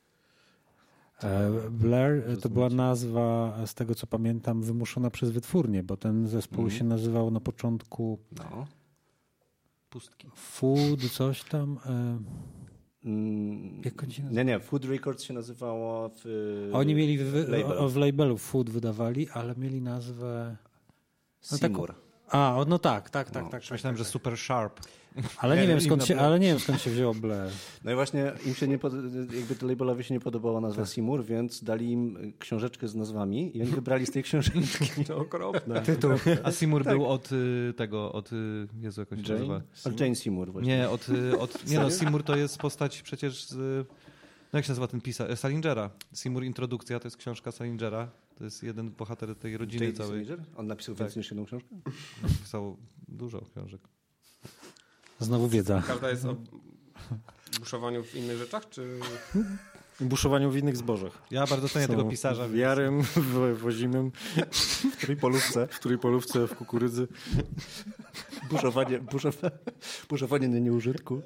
Blur to była nazwa, z tego co pamiętam, wymuszona przez wytwórnię, bo ten zespół się nazywał na początku No. Pustki. Food, coś tam. Jak oni się nazywa? Nie, Food Records się nazywało Oni mieli labelu. w labelu Food wydawali, ale mieli nazwę... Seymour. No tak. Myślałem, że Super Sharp. Ale nie wiem skąd się wzięło Blair. No i właśnie im się jakby to labelowi się nie podobała nazwa Seymour, więc dali im książeczkę z nazwami i oni wybrali z tej książeczki. To okropne. Tytuł. A Seymour był od Jezu, jakoś się nazywa. Od Jane Seymour właśnie. Nie, Seymour to jest postać przecież z... No jak się nazywa ten pisarz? Salingera. Seymour Introdukcja to jest książka Salingera. To jest jeden bohater tej rodziny J.D. całej. Salinger? On napisał więcej niż jedną książkę? Pisał dużo książek. Znowu wiedza. Każda jest o buszowaniu w innych rzeczach, czy... Buszowaniu w innych zbożach. Ja bardzo cenię tego pisarza. W jarym, w ozimym, w trójpolówce, w kukurydzy. Buszowanie na nieużytku.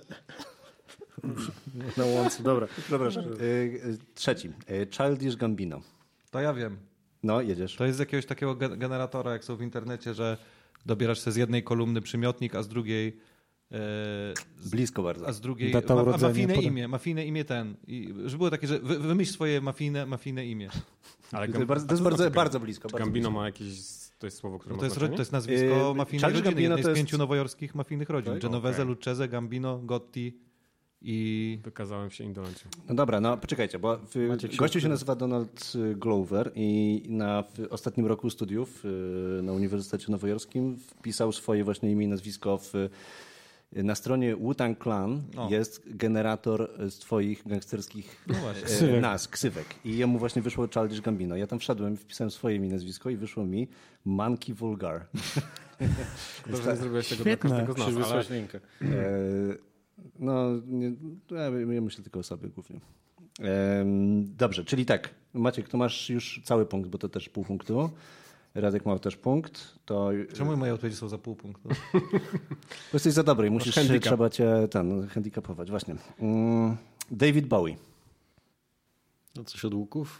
Na łące, dobra. Przepraszam. Trzeci. Childish Gambino. To ja wiem. No, jedziesz. To jest z jakiegoś takiego generatora, jak są w internecie, że dobierasz sobie z jednej kolumny przymiotnik, a z drugiej... Blisko bardzo. A z drugiej Data urodzenia, mafijne imię ten. I że było takie, że wymyśl swoje mafijne imię. Ale to jest bardzo blisko. Czy Gambino ma jakieś... To jest słowo, które No ma to znaczenie? jest nazwisko mafijnej rodziny, Gambino jednej z 5 nowojorskich mafijnych rodzin. Tak? Genovese, Okay. Lucchese, Gambino, Gotti i... Wykazałem się indolencją. No dobra, no poczekajcie, bo gościu się nazywa Donald Glover i w ostatnim roku studiów na Uniwersytecie Nowojorskim wpisał swoje właśnie imię i nazwisko na stronie Wu-Tang Clan jest generator z twoich gangsterskich ksywek. I jemu właśnie wyszło Childish Gambino. Ja tam wszedłem, wpisałem swoje imię i nazwisko i wyszło mi Monkey Vulgar. Dobrze, nie zrobiłeś tego dla każdego z nas, ale... linkę. No, ja myślę tylko o sobie głównie. Dobrze, czyli tak. Maciek, to masz już cały punkt, bo to też pół punktu. Radek ma też punkt. To... Czemu moje odpowiedzi są za pół punktu? Bo jesteś za dobry i trzeba cię handicapować. Właśnie. David Bowie. No coś od łuków?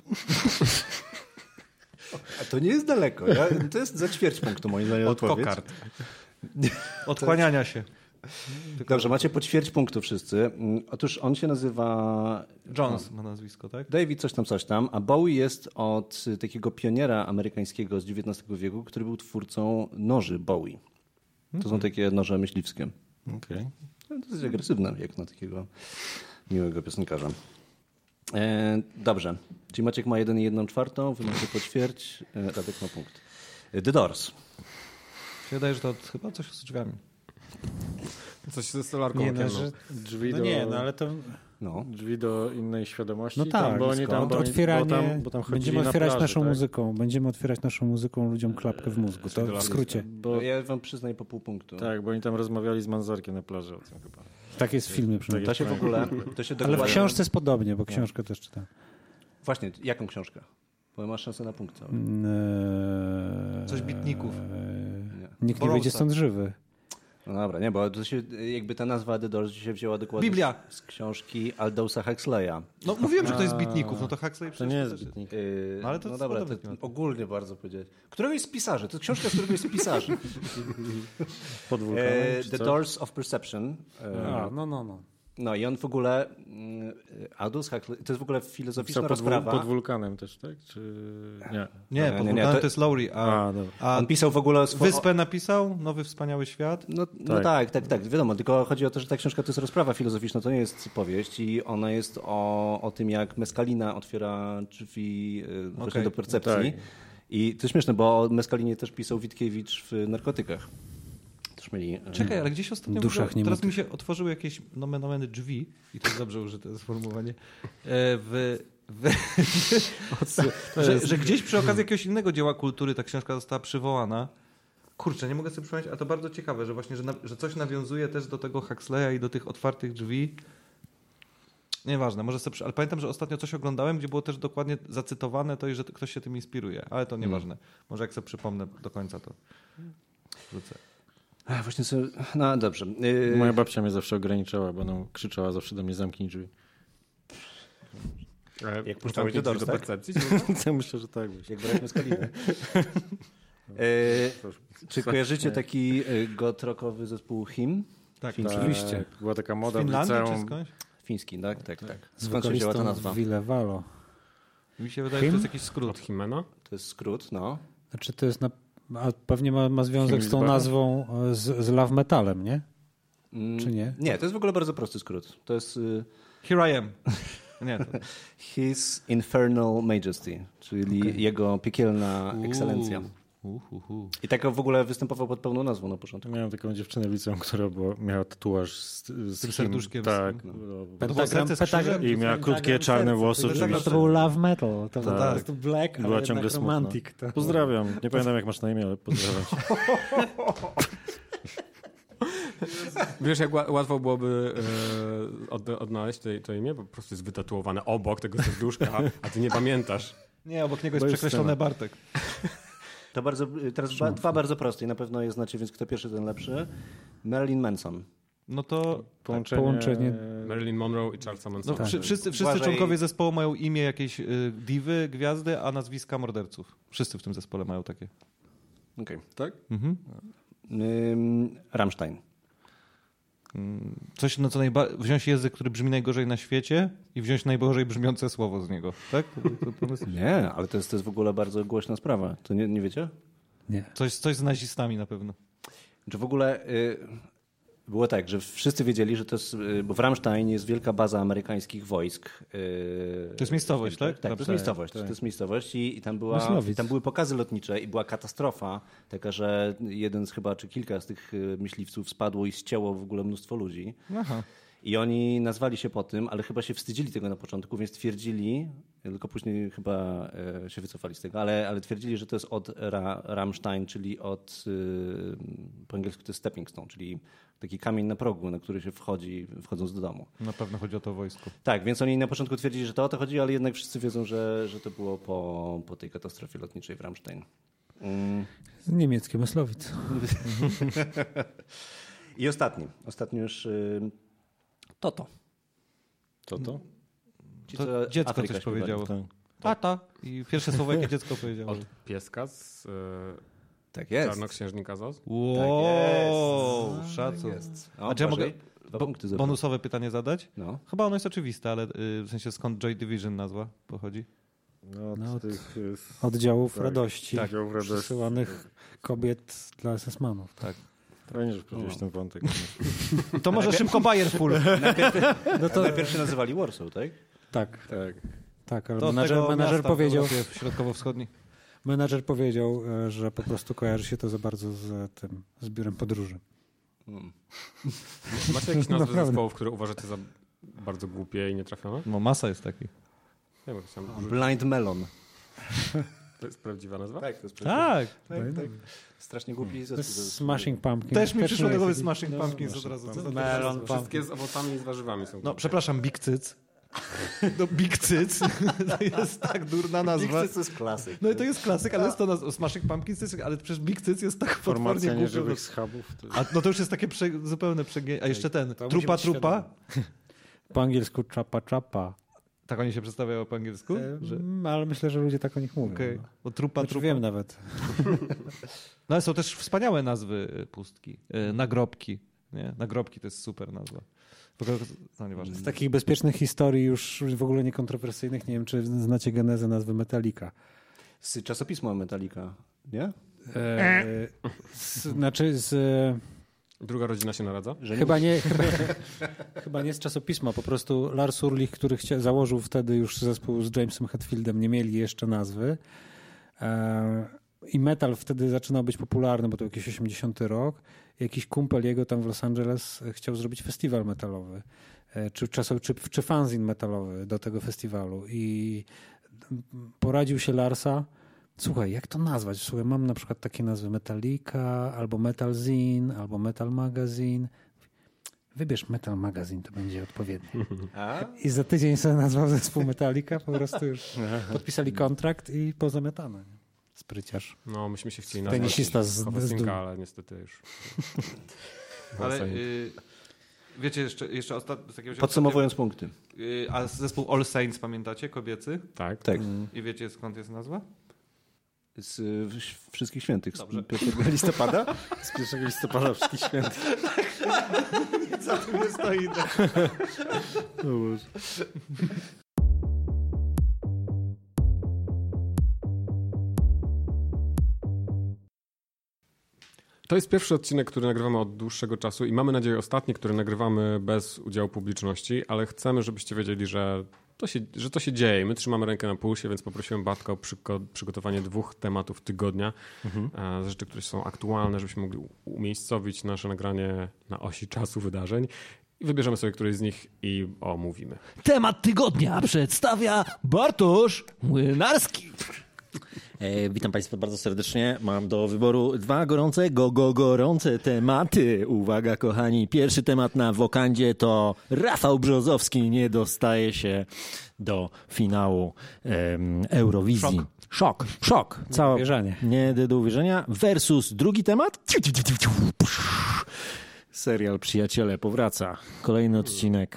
A to nie jest daleko. To jest za ćwierć punktu moim zdaniem Od odpowiedź. kokard. Odkłaniania się. Dobrze, macie po ćwierć punktu wszyscy. Otóż on się nazywa... Jones ma nazwisko, tak? David coś tam, a Bowie jest od takiego pioniera amerykańskiego z XIX wieku, który był twórcą noży Bowie. To są takie noże myśliwskie. Okej. To jest agresywne, jak na takiego miłego piosenkarza. Dobrze, czyli Maciek ma 1 i 1/4, wy macie po ćwierć, Radek ma punkt. The Doors. Się wydaje, że to chyba coś z drzwiami. Coś ze stolarką Nie, okienną. Drzwi ale to... Drzwi do innej świadomości. No tak, bo oni tam, otwieranie, bo tam będziemy otwierać plaży, naszą tak? muzyką. Będziemy otwierać naszą muzyką ludziom klapkę w mózgu. To w skrócie. Bo, Ja wam przyznaję po pół punktu. tak, bo oni tam rozmawiali z Manzarkiem na plaży o tym chyba. Tak jest w filmie przynajmniej. To się w ogóle... Ale w książce jest podobnie, bo książkę też czytałem. Właśnie, jaką książkę? Bo masz szansę na punkt cały. Coś bitników. Nikt nie wyjdzie stąd żywy. No dobra, nie, bo to się, jakby ta nazwa The Doors się wzięła dokładnie Biblia. z książki Aldousa Huxleya. No mówiłem, że to jest bitników, no to Huxley To nie jest też bitnik. No, ale to no jest dobra, podobny to temat. ogólnie bardzo powiedziałeś. Któregoś z pisarzy, to jest książka, z któregoś z pisarzy. Pod wulkanem, czy The co? Doors of Perception. No. No i on w ogóle, Aldous Huxley, to jest w ogóle filozoficzna rozprawa. Pod wulkanem też, tak? Czy nie? Nie, pod wulkanem to jest Lowry, dobra. a On pisał w ogóle... Wyspę napisał, Nowy Wspaniały Świat. No tak, wiadomo, tylko chodzi o to, że ta książka to jest rozprawa filozoficzna, to nie jest powieść i ona jest o tym, jak meskalina otwiera drzwi właśnie do percepcji. Tak. I to śmieszne, bo o meskalinie też pisał Witkiewicz w Narkotykach. Też mieli... Czekaj, ale gdzieś ostatnio... Duszach nie teraz ma. mi się otworzyły jakieś nomen drzwi, i to jest dobrze użyte sformułowanie, że gdzieś przy okazji jakiegoś innego dzieła kultury ta książka została przywołana. Kurczę, nie mogę sobie przypomnieć, a to bardzo ciekawe, że właśnie, że coś nawiązuje też do tego Huxleya i do tych otwartych drzwi. Nieważne, może sobie, ale pamiętam, że ostatnio coś oglądałem, gdzie było też dokładnie zacytowane to i że ktoś się tym inspiruje, ale to nieważne. Może jak sobie przypomnę do końca, to wrócę. Właśnie sobie... No dobrze. Moja babcia mnie zawsze ograniczała, bo ona krzyczała zawsze do mnie: zamknij drzwi. Jak puszczałeś do Doors, do tak? percepcji? Ja myślę, że tak. Jak brać meskalinę. Czy kojarzycie taki goth rockowy zespół Him? Tak, Oczywiście. Była taka Z moda w Finlandii czy liceum. skądś? Fiński, tak? Tak. Z Skąd się wzięła ta wokalistą nazwa? Ville Valo. Mi się wydaje, że to jest jakiś skrót. Od Himena? To jest skrót, no. Znaczy to jest a pewnie ma związek z tą Himmelbach? nazwą, z love metalem, nie? Czy nie? Nie, to jest w ogóle bardzo prosty skrót. To jest Here I am. Nie, to... His Infernal Majesty, czyli jego piekielna ekscelencja. I tak w ogóle występował pod pełną nazwą na początku. Miałem taką dziewczynę w liceum, która miała tatuaż z tym serduszkiem. Tak. Pentagram I miała krótkie czarne włosy. To był love metal. To był po Tak. prostu black, Była ale ciągle jednak smutna. romantic. To. Pozdrawiam. Nie pamiętam jak masz na imię, ale pozdrawiam cię. Wiesz, jak łatwo byłoby odnaleźć to imię? Bo po prostu jest wytatuowane obok tego serduszka, a ty nie pamiętasz. Nie, obok niego jest Bo jest przekreślone scena. Bartek. To teraz dwa bardzo proste i na pewno je znacie, więc kto pierwszy, ten lepszy. Marilyn Manson. No to Połączenie. Marilyn Monroe i Charlesa Mansona. no, wszyscy Uważaj. członkowie zespołu mają imię jakiejś diwy, gwiazdy, a nazwiska morderców. Wszyscy w tym zespole mają takie. Okay. Tak? Mhm. Rammstein. Coś, no co wziąć język, który brzmi najgorzej na świecie i wziąć najgorzej brzmiące słowo z niego, tak? To pomysł? Nie, ale to jest w ogóle bardzo głośna sprawa. To nie wiecie? Nie. Coś z nazistami na pewno. Czy w ogóle było tak, że wszyscy wiedzieli, że to jest, bo w Rammstein jest wielka baza amerykańskich wojsk. To jest miejscowość, tak? Tak, to jest miejscowość. To jest miejscowość i tam były pokazy lotnicze i była katastrofa, taka, że jeden czy kilka z tych myśliwców spadło i ścięło w ogóle mnóstwo ludzi. Aha. I oni nazwali się po tym, ale chyba się wstydzili tego na początku, więc twierdzili, tylko później chyba się wycofali z tego, ale twierdzili, że to jest od Rammstein, czyli po angielsku to jest stepping stone, czyli taki kamień na progu, na który się wchodzi, wchodząc do domu. Na pewno chodzi o to wojsko. Tak, więc oni na początku twierdzili, że to o to chodzi, ale jednak wszyscy wiedzą, że to było po tej katastrofie lotniczej w Rammstein. Niemieckie Myslowic. I ostatni już Toto. To? Ci, To co dziecko Afryka coś śpiewali. powiedziało. Tak. Tata. I pierwsze słowo, jakie dziecko powiedziało. Od pieska z Tak jest. Czarnoksiężnika z Oz? Wow, Tak szacun. jest. A czy ja mogę punkty za bonusowe pytanie zadać? No. Chyba ono jest oczywiste, ale w sensie skąd Joy Division nazwa pochodzi? No, od tych Oddziałów Tak. radości. Tak. Oddziałów radości. Przesyłanych kobiet dla SS-manów. Tak. Fajnie, że powiedziałeś ten wątek. To może szybko Bayerful. Najpierw się nazywali Warsaw, tak? Tak, Tak. tak, ale To menadżer powiedział, środkowo-wschodni. menadżer powiedział, że po prostu kojarzy się to za bardzo z biurem podróży. Macie jakieś nazwy Naprawdę. zespołów, które uważacie za bardzo głupie i nietrafione? No masa jest takich. Nie wiem, jak Blind Melon. to jest prawdziwa nazwa? Tak, to jest Tak. tak. Strasznie głupi zespół. Smashing Pumpkins. Też mi przyszło do głowy jest- Smashing Pumpkins od razu. Co za Melon Wszystkie Pumpkins. z owocami i z warzywami są. No, przepraszam, Big Cyc. No, Big Cyc to jest tak durna nazwa. To jest klasyk. No i to jest klasyk, ale jest to nazwa. Smashing Pumpkins, to jest, ale przecież Big Cyc jest tak potwornie Formacja głupio. nieżywych schabów. To... A no to już jest takie zupełne przegięcie. A jeszcze ten, To trupa, musi być trupa. Po angielsku czapa, czapa. Tak oni się przedstawiają po angielsku? Że... Ale myślę, że ludzie tak o nich mówią. Okej. No. Bo trupa, Znaczy, trupa. wiem nawet. No ale są też wspaniałe nazwy pustki. Nagrobki. Nie? Nagrobki to jest super nazwa. W ogóle, no nieważne. Z takich bezpiecznych historii już w ogóle niekontrowersyjnych, nie wiem, czy znacie genezę nazwy Metallica. Z czasopisma Metallica, nie? Znaczy Druga rodzina się naradza? Że chyba nie z czasopisma, po prostu Lars Ulrich, który założył wtedy już zespół z Jamesem Hetfieldem, nie mieli jeszcze nazwy. I metal wtedy zaczynał być popularny, bo to jakiś 80 rok. Jakiś kumpel jego tam w Los Angeles chciał zrobić festiwal metalowy, czy fanzin metalowy do tego festiwalu. I poradził się Larsa. Słuchaj, jak to nazwać? Słuchaj, mam na przykład takie nazwy Metallica, albo Metal Zine, albo Metal Magazine. Wybierz Metal Magazine, to będzie odpowiednie. I za tydzień sobie nazwał zespół Metallica, po prostu już podpisali kontrakt i pozamiatano. Nie? Spryciarz. No, myśmy się chcieli Tenisista nazwać z Hoffinka, ale niestety już. Ale wiecie, jeszcze z takiego Podsumowując punkty. A zespół All Saints pamiętacie? Kobiecy? Tak. Tak. I wiecie skąd jest nazwa? Z Wszystkich Świętych. Z 1 listopada? Z 1 listopada Wszystkich Świętych. Za tym nie stoi. To jest pierwszy odcinek, który nagrywamy od dłuższego czasu i mamy nadzieję ostatni, który nagrywamy bez udziału publiczności, ale chcemy, żebyście wiedzieli, że to się dzieje. My trzymamy rękę na pulsie, więc poprosiłem Bartka o przygotowanie 2 tematów tygodnia. Rzeczy, które są aktualne, żebyśmy mogli umiejscowić nasze nagranie na osi czasu wydarzeń. I wybierzemy sobie któryś z nich i omówimy. Temat tygodnia przedstawia Bartosz Młynarski. Witam Państwa bardzo serdecznie. Mam do wyboru 2 gorące tematy. Uwaga, kochani. Pierwszy temat na wokandzie to Rafał Brzozowski nie dostaje się do finału Eurowizji. Szok. Nie do uwierzenia. Versus drugi temat. Serial Przyjaciele powraca. Kolejny odcinek.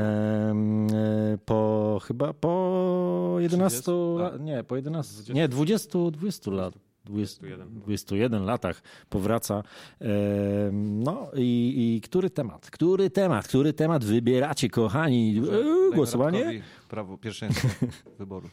Po 11 lat. Nie, po 11. Nie, 20 lat. 21 latach powraca. No i który temat wybieracie, kochani? Głosowanie? Prawo pierwszeństwa wyboru.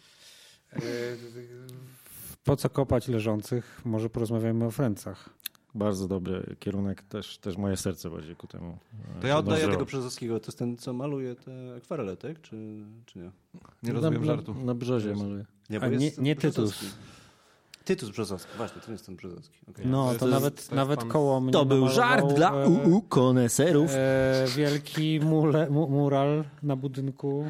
Po co kopać leżących? Może porozmawiamy o Friendsach. Bardzo dobry kierunek, też moje serce bardziej ku temu. To ja oddaję tego Brzozowskiego. To jest ten, co maluje te akwarele, tak? Czy nie? Nie rozumiem żartu. Na Brzozie maluje. Nie Tytus. Tytus Brzozowski. Właśnie, to jest ten Brzozowski. Okay. No, to nawet koło mnie to był żart dla koneserów. Wielki mural na budynku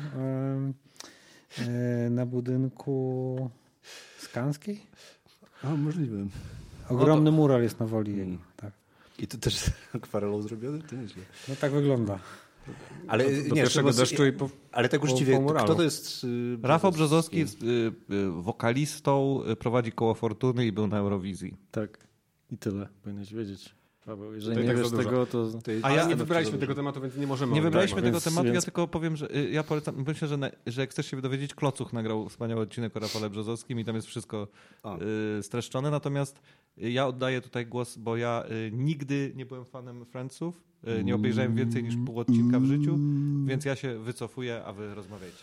Skanskiej? Możliwe. Ogromny mural jest na Woli. Tak. I to też akwarelą zrobiony? To nieźle. No tak wygląda. Ale do pierwszego deszczu i ale tak uczciwie, kto to jest? Rafał Brzozowski jest wokalistą, prowadzi Koło Fortuny i był na Eurowizji. Tak. I tyle. Powinieneś wiedzieć. Paweł, jeżeli nie wiesz tego, to... A nie wybraliśmy tego tematu, więc nie możemy. Nie wybraliśmy tego tematu, ja tylko powiem, że ja polecam, myślę, że jak chcesz się dowiedzieć, Klocuch nagrał wspaniały odcinek o Rafale Brzozowskim i tam jest wszystko streszczone, natomiast ja oddaję tutaj głos, bo ja nigdy nie byłem fanem Friendsów, nie obejrzałem więcej niż pół odcinka w życiu, więc ja się wycofuję, a wy rozmawiajcie.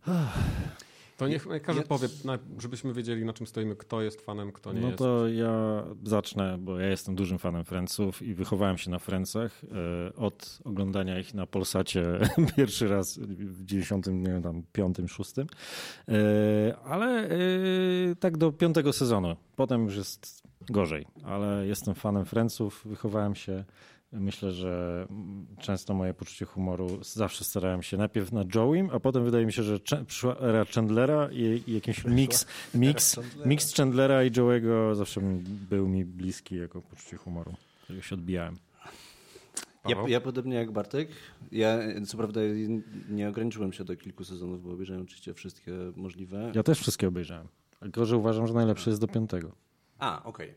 To niech każdy powie, żebyśmy wiedzieli, na czym stoimy, kto jest fanem, kto nie jest. No to ja zacznę, bo ja jestem dużym fanem Friendsów i wychowałem się na Friendsach. Od oglądania ich na Polsacie pierwszy raz w 95, 6. Ale tak do 5 sezonu. Potem już jest gorzej, ale jestem fanem Friendsów, wychowałem się. Myślę, że często moje poczucie humoru zawsze starałem się najpierw na Joeym, a potem wydaje mi się, że przyszła era Chandlera i jakiś mix Chandlera i Joe'ego zawsze był mi bliski jako poczucie humoru. Tego się odbijałem. Ja podobnie jak Bartek. Ja co prawda nie ograniczyłem się do kilku sezonów, bo obejrzałem oczywiście wszystkie możliwe. Ja też wszystkie obejrzałem. Tylko że uważam, że najlepszy jest do 5. Okej.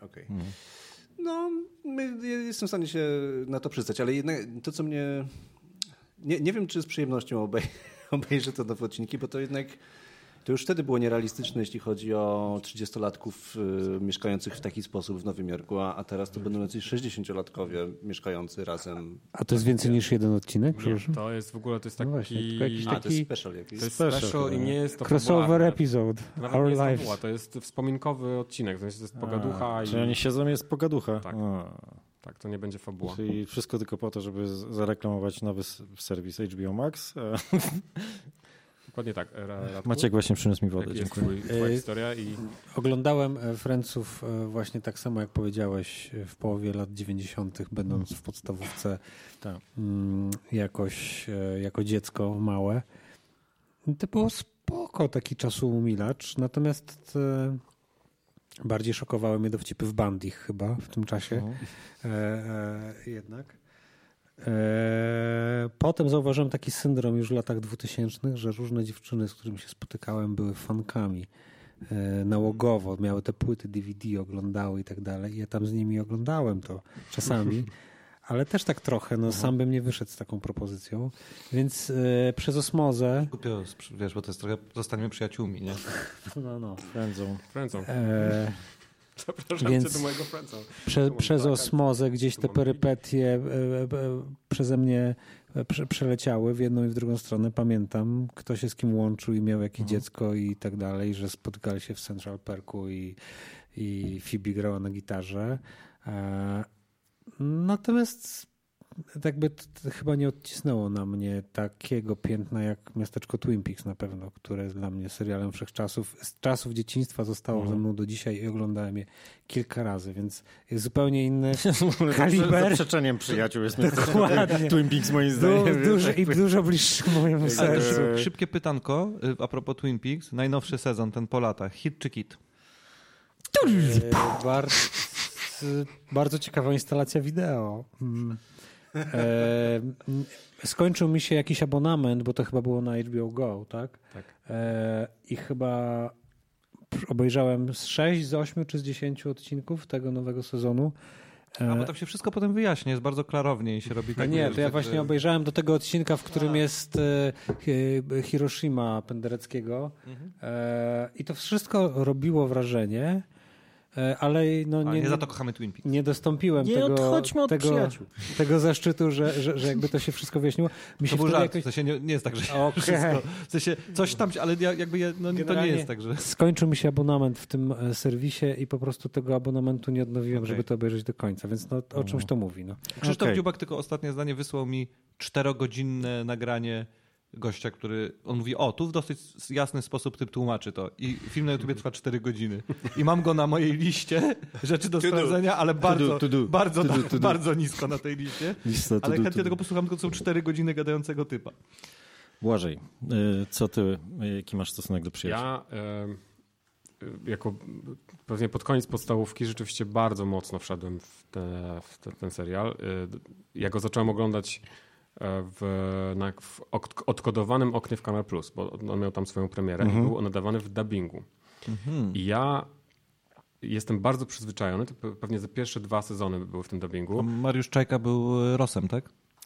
No, jestem w stanie się na to przyznać, ale jednak to, co mnie... Nie wiem, czy z przyjemnością obejrzę te nowe odcinki, bo to jednak... To już wtedy było nierealistyczne, jeśli chodzi o 30-latków mieszkających w taki sposób w Nowym Jorku, a teraz to będą jacyś 60-latkowie mieszkający razem. A to jest więcej niż jeden odcinek? Nie, to jest w ogóle, to jest taki... No właśnie, to jest special jakiś. To jest special i nie jest to crossover episode. Nawet Our nie jest lives. fabuła, to jest wspominkowy odcinek, to jest pogaducha. Czyli oni siedzą, jest pogaducha. Tak. Tak, to nie będzie fabuła. Czyli wszystko tylko po to, żeby zareklamować nowy serwis HBO Max. Dokładnie tak. Maciek właśnie przyniósł mi wodę. Dziękuję. Twoja historia Oglądałem Friendsów właśnie tak samo, jak powiedziałeś, w połowie lat 90., będąc w podstawówce jakoś jako dziecko małe. To było spoko, taki czasoumilacz. Natomiast bardziej szokowały mnie dowcipy w Bandich chyba w tym czasie. Jednak. Potem zauważyłem taki syndrom już w latach 2000, że różne dziewczyny, z którymi się spotykałem, były fankami nałogowo, miały te płyty DVD, oglądały i tak dalej. Ja tam z nimi oglądałem to czasami, ale też tak trochę, sam bym nie wyszedł z taką propozycją, więc przez osmozę... Głupio, wiesz, bo to jest trochę, zostaniemy przyjaciółmi, nie? Friendzą. Zapraszam Więc cię do mojego Friendsa. Przez osmozę gdzieś te perypetie przeze mnie przeleciały w jedną i w drugą stronę. Pamiętam, kto się z kim łączył i miał jakieś dziecko i tak dalej, że spotykali się w Central Parku i Phoebe grała na gitarze. Natomiast jakby to chyba nie odcisnęło na mnie takiego piętna jak Miasteczko Twin Peaks na pewno, które jest dla mnie serialem wszechczasów. Z czasów dzieciństwa zostało ze mną do dzisiaj i oglądałem je kilka razy, więc jest zupełnie inny kaliber. Zaprzeczeniem przyjaciół jest Dokładnie. Twin Peaks moim zdaniem. Dużo bliższy mojemu sercu. Szybkie pytanko a propos Twin Peaks. Najnowszy sezon, ten po latach. Hit czy kit? Bardzo ciekawa instalacja wideo. Skończył mi się jakiś abonament, bo to chyba było na HBO Go, tak? Tak. I chyba obejrzałem z 6, z 8 czy z 10 odcinków tego nowego sezonu. Bo tam się wszystko potem wyjaśnia, jest bardzo klarownie i się robi tak. Nie, to ja właśnie obejrzałem do tego odcinka, w którym jest Hiroshima Pendereckiego i to wszystko robiło wrażenie, ale no nie za to kochamy Twin Peaks. Nie dostąpiłem Nie odchodźmy od przyjaciół. tego zaszczytu, że jakby to się wszystko wyjaśniło. To był żart, w sensie nie jest tak, że wszystko, w sensie coś tam, ale jakby to nie jest tak, że... Skończył mi się abonament w tym serwisie i po prostu tego abonamentu nie odnowiłem, żeby to obejrzeć do końca, więc o czymś to mówi. No. Krzysztof Dziubak tylko ostatnie zdanie wysłał mi 4-godzinne nagranie gościa, który, on mówi, tu w dosyć jasny sposób typ tłumaczy to i film na YouTubie trwa 4 godziny i mam go na mojej liście rzeczy do sprawdzenia, ale bardzo nisko na tej liście, ale chętnie tego posłucham, tylko to są 4 godziny gadającego typa. Błażej, co ty, jaki masz stosunek do przyjaciół? Ja jako pewnie pod koniec podstawówki rzeczywiście bardzo mocno wszedłem w ten serial. Ja go zacząłem oglądać w odkodowanym oknie w Kanal Plus, bo on miał tam swoją premierę i był on nadawany w dubbingu. I ja jestem bardzo przyzwyczajony, to pewnie za pierwsze 2 sezony były w tym dubbingu. Mariusz Czajka był Rosem, tak?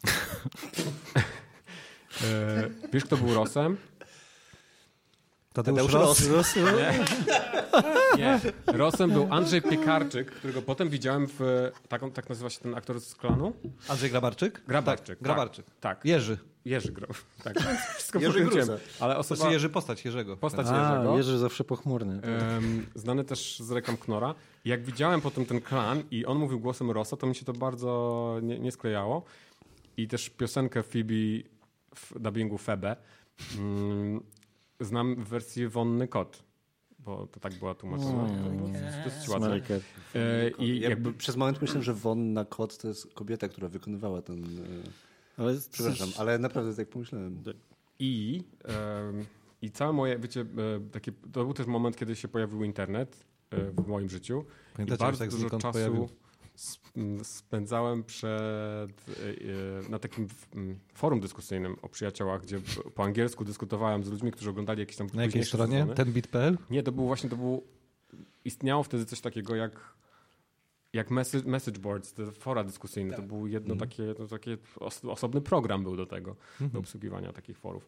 Wiesz, kto był Rosem? Tadeusz Ross? Nie. Rosem był Andrzej Piekarczyk, którego potem widziałem tak nazywa się ten aktor z Klanu? Andrzej Grabarczyk? Grabarczyk. Grabarczyk. Tak. Jerzy grał. Tak. Wszystko Jerzy pokręciłem. Gruza. Ale osoba... Jerzy postać Jerzego. Postać Jerzego. Jerzy zawsze pochmurny. Znany też z reklam Knora. Jak widziałem potem ten Klan i on mówił głosem Rossa, to mi się to bardzo nie sklejało. I też piosenkę Phoebe w dubbingu Febe znam w wersji Wonny Kot, bo to tak była tłumaczona. Dosyć ładne. I jakby przez moment myślałem, że Wonna Kot to jest kobieta, która wykonywała ten... Ale przepraszam, ale naprawdę tak pomyślałem. I całe moje, wiecie, to był też moment, kiedy się pojawił internet w moim życiu. Pamiętacie, I bardzo tak dużo czasu pojawił? spędzałem na takim forum dyskusyjnym o przyjaciołach, gdzie po angielsku dyskutowałem z ludźmi, którzy oglądali jakieś tam... Na jakiej stronie? Tenbit.pl? Nie, istniało wtedy coś takiego jak message boards, te fora dyskusyjne. Tak. To był jedno takie osobny program był do tego, do obsługiwania takich forów.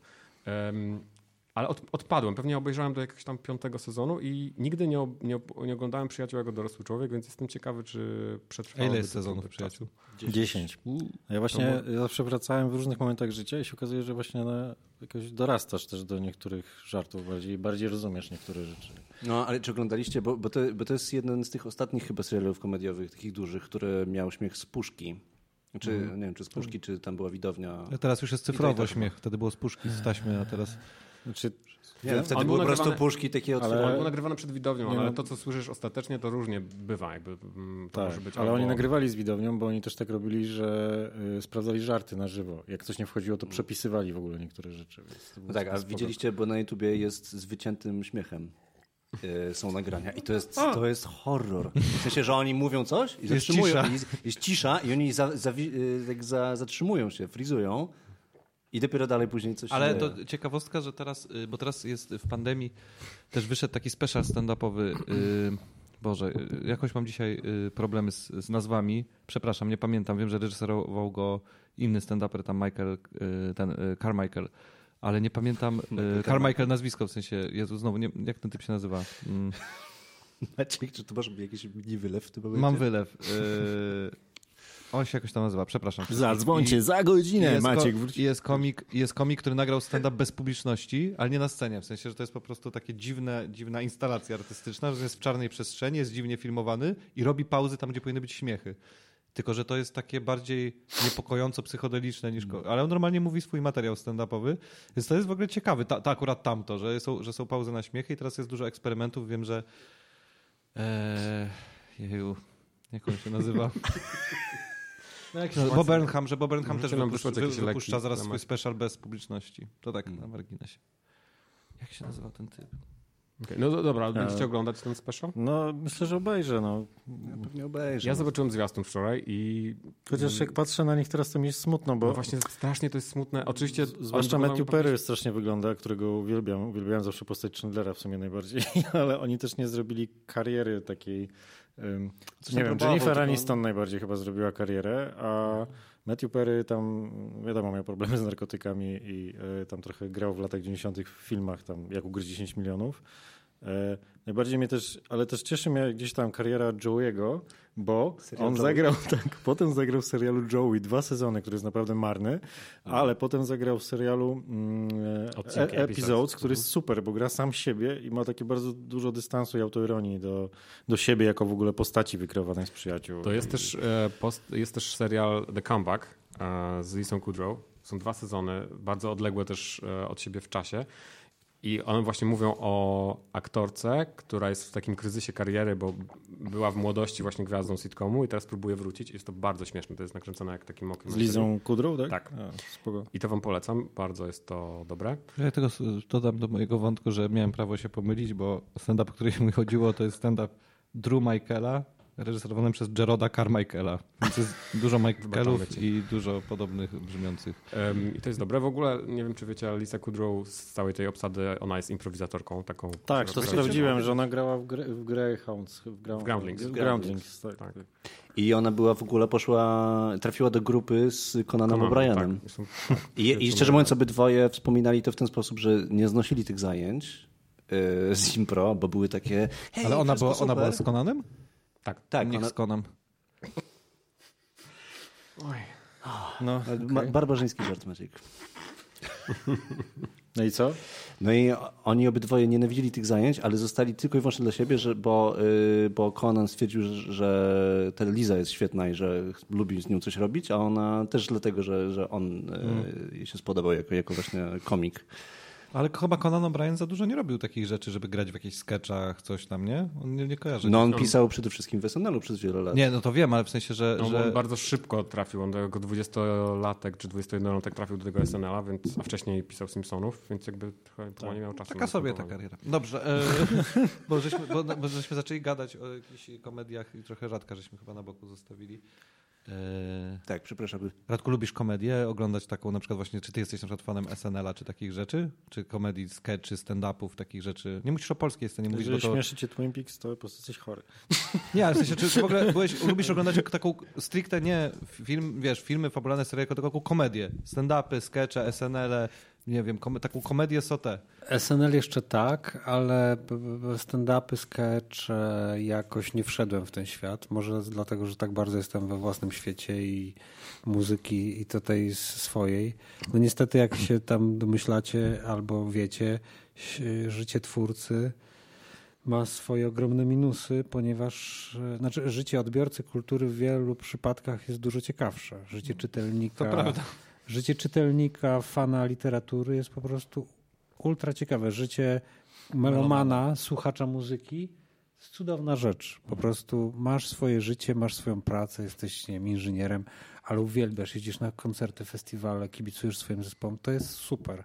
Ale odpadłem. Pewnie obejrzałem do jakiegoś tam 5. sezonu i nigdy nie oglądałem Przyjaciół jako dorosły człowiek, więc jestem ciekawy, czy przetrwałem. Ile jest sezonów Przyjaciół? 10. Ja zawsze wracałem w różnych momentach życia i się okazuje, że właśnie jakoś dorastasz też do niektórych żartów, bardziej rozumiesz niektóre rzeczy. No, ale czy oglądaliście, bo to jest jeden z tych ostatnich chyba serialów komediowych, takich dużych, które miał śmiech z puszki. Czy nie wiem, czy z puszki, czy tam była widownia. Teraz już jest cyfrowo śmiech, wtedy było z puszki, z taśmy, a teraz... Nie, wtedy były po prostu puszki takie otwierane. On był nagrywany przed widownią, ale to, co słyszysz ostatecznie, to różnie bywa. To może być ale oni nagrywali z widownią, bo oni też tak robili, że sprawdzali żarty na żywo. Jak coś nie wchodziło, to przepisywali w ogóle niektóre rzeczy. No tak, a widzieliście, bo na YouTubie jest z wyciętym śmiechem. Są nagrania i to jest horror. W sensie, że oni mówią coś i zatrzymują. Jest cisza i oni zatrzymują się, frizują. I dopiero dalej później coś Ale to ciekawostka, że teraz, bo teraz jest w pandemii, też wyszedł taki special stand-upowy. Boże, jakoś mam dzisiaj problemy z nazwami. Przepraszam, nie pamiętam. Wiem, że reżyserował go inny stand-uper, tam Carmichael. Ale nie pamiętam. Carmichael nazwisko, w sensie, Jezu, znowu, jak ten typ się nazywa? Maciek, czy tu masz jakiś mini wylew w tym momencie? Mam wylew. On się jakoś tam nazywa, przepraszam. Zadzwońcie za godzinę, Maciek. Jest komik, który nagrał stand-up bez publiczności, ale nie na scenie. W sensie, że to jest po prostu takie dziwna instalacja artystyczna, że jest w czarnej przestrzeni, jest dziwnie filmowany i robi pauzy tam, gdzie powinny być śmiechy. Tylko że to jest takie bardziej niepokojąco psychodeliczne niż... Ale on normalnie mówi swój materiał stand-upowy, więc to jest w ogóle ciekawy. Akurat tamto, że są pauzy na śmiechy i teraz jest dużo eksperymentów. Wiem, że... jak on się nazywa? Bob Burnham też wypuszcza zaraz swój special bez publiczności. To tak na marginesie. Jak się nazywał ten typ? Okay, no dobra, będziecie oglądać ten special? No, myślę, że obejrzę. No. Ja pewnie obejrzę. Ja zobaczyłem zwiastun wczoraj i... Chociaż jak patrzę na nich teraz, to mi jest smutno, bo... No właśnie strasznie to jest smutne. Oczywiście... Zwłaszcza Matthew Perry strasznie wygląda, którego uwielbiam. Uwielbiałem zawsze postać Chandlera w sumie najbardziej, ale oni też nie zrobili kariery takiej... nie wiem, Jennifer Aniston najbardziej chyba zrobiła karierę, a Matthew Perry tam, wiadomo, miał problemy z narkotykami i tam trochę grał w latach 90. w filmach, tam Jak ugryźć 10 milionów. Najbardziej mnie też, ale też cieszy mnie gdzieś tam kariera Joey'ego, bo on zagrał, potem zagrał w serialu Joey 2 sezony, który jest naprawdę marny, ale potem zagrał w serialu Episodes, który jest super, bo gra sam siebie i ma takie bardzo dużo dystansu i autoironii do siebie jako w ogóle postaci wykreowanej z przyjaciół. To jest też serial The Comeback z Lisą Kudrow. Są 2 sezony, bardzo odległe też od siebie w czasie. I one właśnie mówią o aktorce, która jest w takim kryzysie kariery, bo była w młodości właśnie gwiazdą sitcomu i teraz próbuje wrócić. Jest to bardzo śmieszne, to jest nakręcone jak taki mock. Z Lizą Kudrow, tak? Tak. Spoko. I to wam polecam, bardzo jest to dobre. Ja tego dodam do mojego wątku, że miałem prawo się pomylić, bo stand-up, o który mi chodziło, to jest stand-up Drew Michaela, reżyserowany przez Jeroda Carmichaela. Więc jest dużo Michaelów i dużo podobnych brzmiących. I to jest dobre. W ogóle nie wiem, czy wiecie, ale Lisa Kudrow z całej tej obsady, ona jest improwizatorką taką. Tak, to sprawdziłem, że ona grała w Greyhounds. W Groundlings. Groundlings, tak. I ona była w ogóle, trafiła do grupy z Conanem O'Brienem. Tak. I szczerze mówiąc, obydwoje wspominali to w ten sposób, że nie znosili tych zajęć z impro, bo były takie... Hej, ale ona była z Conanem? Tak. Niech z Conan. Oj. No, okay. Barbarzyński żart, Maciek. No i co? No i oni obydwoje nienawidzili tych zajęć, ale zostali tylko i wyłącznie dla siebie, bo Conan stwierdził, że ta Liza jest świetna i że lubi z nią coś robić, a ona też dlatego, że on jej się spodobał jako właśnie komik. Ale chyba Conan O'Brien za dużo nie robił takich rzeczy, żeby grać w jakichś sketchach, coś tam, nie? On nie kojarzy. No on pisał przede wszystkim w SNL-u przez wiele lat. Nie, no to wiem, ale w sensie, że... On bardzo szybko trafił, on jako 20-latek czy 21-latek trafił do tego SNL-a, a wcześniej pisał Simpsonów, więc jakby trochę nie miał czasu. Taka sobie ta kariera. Dobrze, bo żeśmy zaczęli gadać o jakichś komediach i trochę Radka żeśmy chyba na boku zostawili. Tak, przepraszam. Radku, lubisz komedię? Oglądać taką na przykład właśnie, czy ty jesteś na przykład fanem SNL-a czy takich rzeczy? Czy komedii, sketchy, stand-upów, takich rzeczy? Nie musisz o polskiej scenie mówić, jeżeli bo to... śmieszy cię Twin Peaks, to po prostu jesteś chory. Nie, ale w sensie, czy w ogóle lubisz oglądać taką stricte nie filmy fabularne, seriale, tylko taką komedię? Stand-upy, skecze, SNL-e, nie wiem, taką komedię sotę. SNL jeszcze tak, ale stand-upy, skecze jakoś nie wszedłem w ten świat. Może dlatego, że tak bardzo jestem we własnym świecie i muzyki i tej swojej. No niestety, jak się tam domyślacie albo wiecie, życie twórcy ma swoje ogromne minusy, ponieważ życie odbiorcy kultury w wielu przypadkach jest dużo ciekawsze. Życie czytelnika... To prawda. Życie czytelnika, fana literatury jest po prostu ultra ciekawe. Życie melomana, słuchacza muzyki jest cudowna rzecz. Po prostu masz swoje życie, masz swoją pracę, jesteś, nie wiem, inżynierem, ale uwielbiasz, jeździsz na koncerty, festiwale, kibicujesz swoim zespołom. To jest super.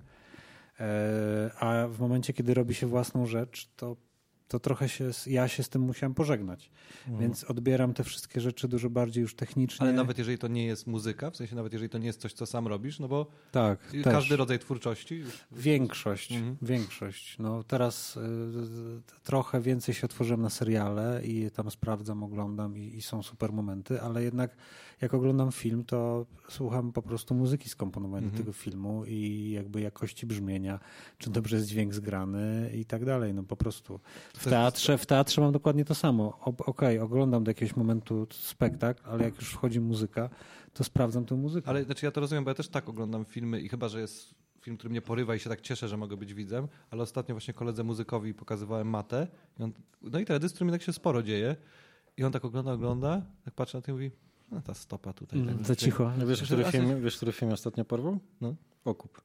A w momencie, kiedy robi się własną rzecz, to trochę ja się z tym musiałem pożegnać. Więc odbieram te wszystkie rzeczy dużo bardziej już technicznie. Ale nawet jeżeli to nie jest muzyka, w sensie nawet jeżeli to nie jest coś, co sam robisz, no bo tak, każdy też. Rodzaj twórczości. Większość. No teraz trochę więcej się otworzyłem na seriale i tam sprawdzam, oglądam i są super momenty, ale jednak jak oglądam film, to słucham po prostu muzyki skomponowanej do tego filmu i jakby jakości brzmienia, czy dobrze jest dźwięk zgrany i tak dalej. No po prostu W teatrze mam dokładnie to samo. Okej, oglądam do jakiegoś momentu spektakl, ale jak już wchodzi muzyka, to sprawdzam tę muzykę. Ale znaczy ja to rozumiem, bo ja też tak oglądam filmy i chyba, że jest film, który mnie porywa i się tak cieszę, że mogę być widzem, ale ostatnio właśnie koledze muzykowi pokazywałem Matę i on, no i teledysk, w którym tak się sporo dzieje i on tak ogląda, tak patrzy na to i mówi, no ta stopa tutaj. Tak, za cicho. Wiesz, który film ostatnio porwał? No. Okup.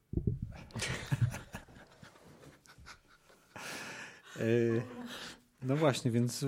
No właśnie, więc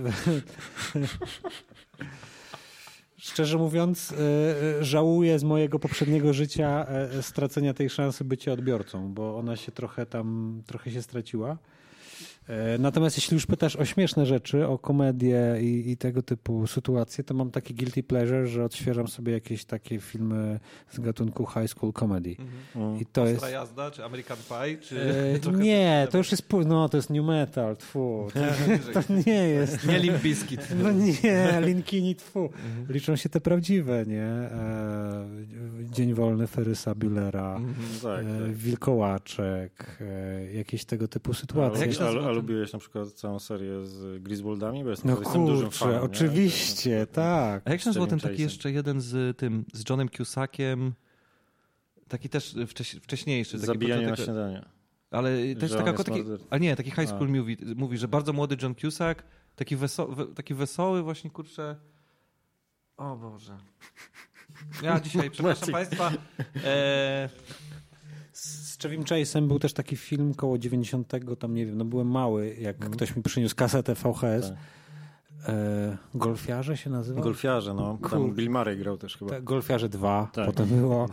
szczerze mówiąc żałuję z mojego poprzedniego życia stracenia tej szansy bycia odbiorcą, bo ona się trochę się straciła. Natomiast jeśli już pytasz o śmieszne rzeczy, o komedię i tego typu sytuacje, to mam taki guilty pleasure, że odświeżam sobie jakieś takie filmy z gatunku high school comedy. I to jest... Ostra jazda, czy American Pie, czy... nie, to już jest... No, to jest new metal, tfu. To nie jest... Nie Limp Bizkit. No nie, Linkini, tfu. Liczą się te prawdziwe, nie? Dzień wolny Ferrysa Buellera, Wilkołaczek, jakieś tego typu sytuacje. A lubiłeś na przykład całą serię z Griswoldami? Bo No jestem dużym fanem. Oczywiście, tak. A jak się nazywał ten taki jeszcze jeden z Johnem Cusackiem? Taki też wcześniejszy. Zabijanie na śniadanie. Ale też taki high school mówi, że bardzo młody John Cusack, taki wesoły właśnie, kurczę. O Boże. Ja dzisiaj, przepraszam Państwa. Z Chevym Chase'em był też taki film koło 90, tam nie wiem, no byłem mały, jak ktoś mi przyniósł kasetę VHS. Golfiarze się nazywa? Golfiarze, no. Tam Bill Murray grał też chyba. Golfiarze 2 potem było.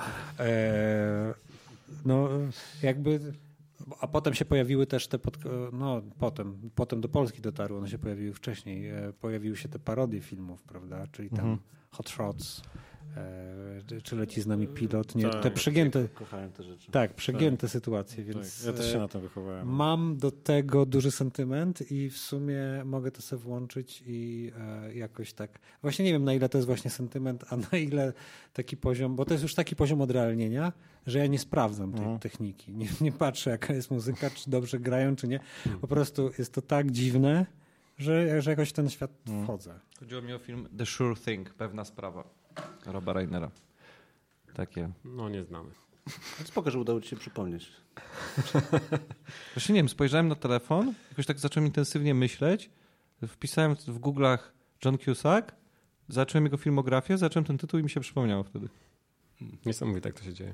No jakby... A potem się pojawiły też te... Potem do Polski dotarły, one się pojawiły wcześniej. Pojawiły się te parodie filmów, prawda? Czyli tam Hot Shots, czy Leci z nami pilot. Nie, te przegięte... Kochałem te rzeczy. Tak, przegięte sytuacje, więc... Ja też się na tym wychowałem. Mam do tego duży sentyment i w sumie mogę to sobie włączyć i jakoś tak... Właśnie nie wiem, na ile to jest właśnie sentyment, a na ile taki poziom... Bo to jest już taki poziom odrealnienia, że ja nie sprawdzam tej techniki. Nie patrzę, jaka jest muzyka, czy dobrze grają, czy nie. Po prostu jest to tak dziwne, że jakoś w ten świat wchodzę. Chodziło mi o film The Sure Thing, pewna sprawa. Roba Reinera. Takie. No nie znamy. Spoko, że udało ci się przypomnieć. Właśnie nie wiem, spojrzałem na telefon, jakoś tak zacząłem intensywnie myśleć, wpisałem w Google'ach John Cusack, zacząłem jego filmografię, zacząłem ten tytuł i mi się przypomniało wtedy. Niesamowite, jak to się dzieje.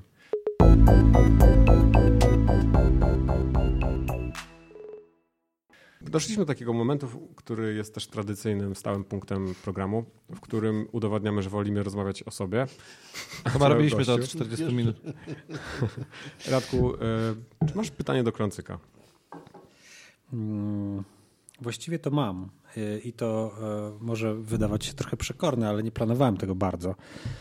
Doszliśmy do takiego momentu, który jest też tradycyjnym, stałym punktem programu, w którym udowadniamy, że wolimy rozmawiać o sobie. Chyba robiliśmy to od 40 minut. Radku, czy masz pytanie do Klącyka? Właściwie to mam i to może wydawać się trochę przekorne, ale nie planowałem tego bardzo.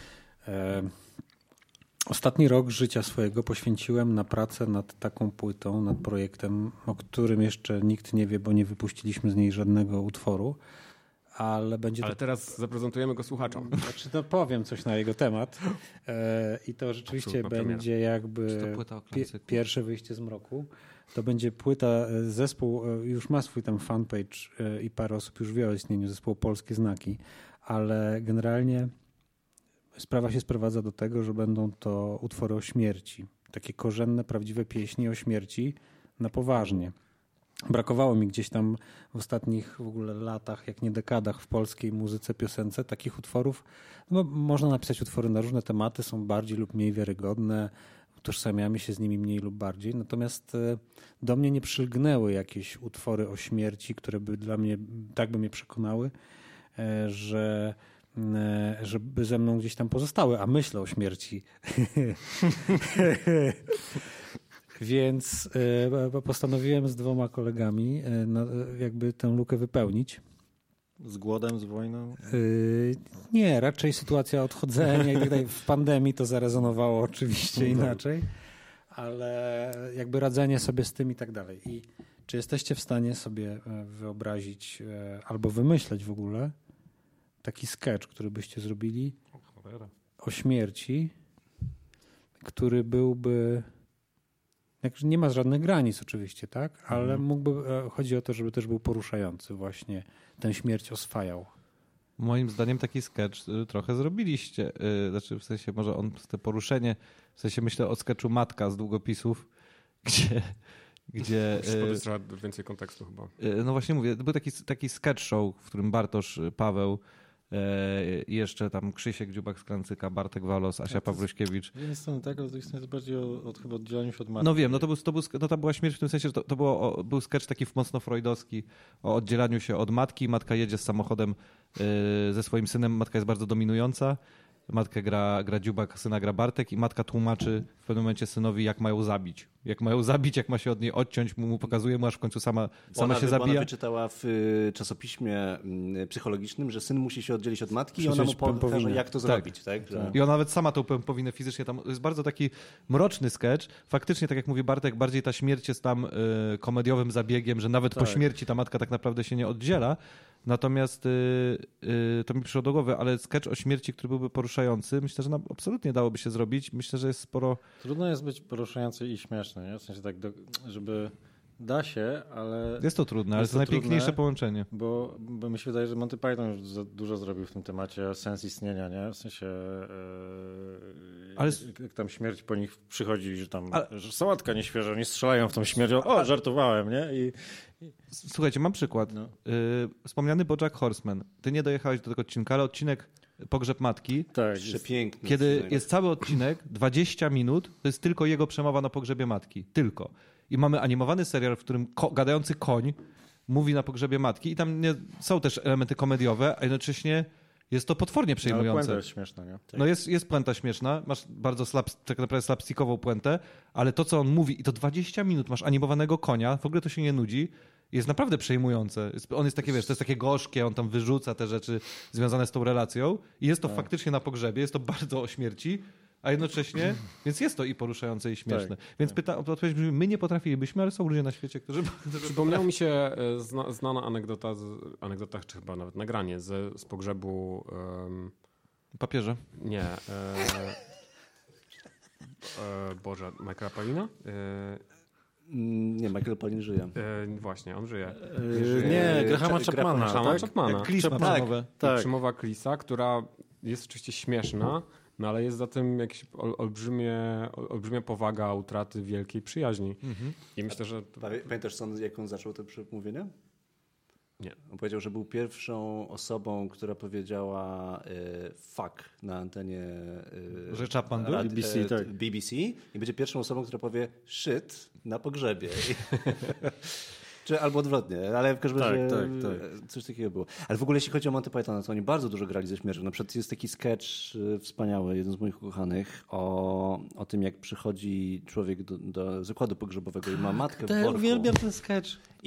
Ostatni rok życia swojego poświęciłem na pracę nad taką płytą, nad projektem, o którym jeszcze nikt nie wie, bo nie wypuściliśmy z niej żadnego utworu, ale będzie Ale teraz zaprezentujemy go słuchaczom. Znaczy, no powiem coś na jego temat i to rzeczywiście będzie jakby pierwsze wyjście z mroku. To będzie płyta, zespół już ma swój tam fanpage i parę osób już wie o istnieniu zespołu Polskie Znaki, ale generalnie sprawa się sprowadza do tego, że będą to utwory o śmierci. Takie korzenne, prawdziwe pieśni o śmierci na poważnie. Brakowało mi gdzieś tam w ostatnich w ogóle latach, jak nie dekadach w polskiej muzyce, piosence takich utworów. No, można napisać utwory na różne tematy, są bardziej lub mniej wiarygodne, utożsamiamy się z nimi mniej lub bardziej. Natomiast do mnie nie przylgnęły jakieś utwory o śmierci, które by dla mnie, tak by mnie przekonały, żeby ze mną gdzieś tam pozostały, a myślę o śmierci. Więc postanowiłem z 2 kolegami jakby tę lukę wypełnić. Z głodem, z wojną? Nie, raczej sytuacja odchodzenia i tak dalej. W pandemii to zarezonowało oczywiście inaczej, ale jakby radzenie sobie z tym i tak dalej. I czy jesteście w stanie sobie wyobrazić albo wymyśleć w ogóle taki sketch, który byście zrobili o śmierci, który byłby Jak nie ma żadnych granic oczywiście, tak? Ale chodzi o to, żeby też był poruszający właśnie, tę śmierć oswajał. Moim zdaniem taki sketch trochę zrobiliście. Znaczy w sensie może te poruszenie, w sensie myślę o sketchu Matka z długopisów, gdzie Musisz trochę więcej kontekstu chyba. no właśnie mówię, to był taki sketch show, w którym Bartosz, Paweł i jeszcze tam Krzysiek Dziubak-Sklancyka, Bartek Walos, Asia Pawluśkiewicz. Z jednej strony tak, ale z drugiej strony jest bardziej chyba oddzielaniu się od matki. No wiem, to była śmierć w tym sensie, że był sketch taki mocno freudowski o oddzielaniu się od matki. Matka jedzie z samochodem ze swoim synem, matka jest bardzo dominująca. Matkę gra Dziubak, syna gra Bartek i matka tłumaczy w pewnym momencie synowi, jak mają zabić. Jak ma się od niej odciąć, mu pokazuje, aż w końcu sama się zabija. Ona wyczytała w czasopiśmie psychologicznym, że syn musi się oddzielić od matki i ona mu pokaże, jak to zrobić. Tak? I ona nawet sama tą pępowinę fizycznie tam... To jest bardzo taki mroczny sketch. Faktycznie, tak jak mówi Bartek, bardziej ta śmierć jest tam komediowym zabiegiem, że nawet po śmierci ta matka tak naprawdę się nie oddziela. Natomiast to mi przyszło do głowy, ale sketch o śmierci, który byłby poruszający, myślę, że absolutnie dałoby się zrobić. Myślę, że jest sporo... Trudno jest być poruszający i śmieszny, nie? W sensie tak, żeby da się, ale... Jest to trudne, ale to najpiękniejsze połączenie. Bo mi się wydaje, że Monty Python już dużo zrobił w tym temacie, sens istnienia, nie? W sensie jak tam śmierć po nich przychodzi, że tam że sałatka nieświeża, oni strzelają w tą śmierć. O, żartowałem, nie? Słuchajcie, mam przykład. No. Wspomniany BoJack Horseman. Ty nie dojechałeś do tego odcinka, ale odcinek Pogrzeb Matki. Tak, przepiękny. Kiedy jest cały odcinek, 20 minut, to jest tylko jego przemowa na pogrzebie matki. Tylko. I mamy animowany serial, w którym gadający koń mówi na pogrzebie matki i tam są też elementy komediowe, a jednocześnie jest to potwornie przejmujące. Ale puenta jest śmieszna, nie? Tak. No jest puenta śmieszna, masz bardzo tak naprawdę slapstickową puentę, ale to, co on mówi, i to 20 minut, masz animowanego konia, w ogóle to się nie nudzi, jest naprawdę przejmujące. On jest takie, to jest takie gorzkie, on tam wyrzuca te rzeczy związane z tą relacją i jest to faktycznie na pogrzebie, jest to bardzo o śmierci, a jednocześnie, więc jest to i poruszające, i śmieszne. Więc odpowiedź brzmi, my nie potrafilibyśmy, ale są ludzie na świecie, którzy... Przypomniała mi się znana anegdota, czy chyba nawet nagranie z pogrzebu... Papieża? Nie. Boże, Michaela Palina? Nie, Michael Palin żyje. Właśnie, on żyje. Nie, Grahama Chapmana. Chapmana. Tak. Przemowa Chrisa, która jest oczywiście śmieszna, no ale jest za tym jakaś olbrzymia powaga utraty wielkiej przyjaźni. I myślę, że... Pamiętasz, jak on zaczął te przemówienie? Nie. On powiedział, że był pierwszą osobą, która powiedziała fuck na antenie Że Chapman był? BBC, tak. BBC i będzie pierwszą osobą, która powie shit na pogrzebie. Albo odwrotnie, ale w każdym razie coś takiego było. Ale w ogóle jeśli chodzi o Monty Pythona, to oni bardzo dużo grali ze śmiercią. Na przykład jest taki sketch wspaniały, jeden z moich ukochanych, o tym, jak przychodzi człowiek do zakładu pogrzebowego i ma matkę w worku. Ja uwielbiam ten sketch.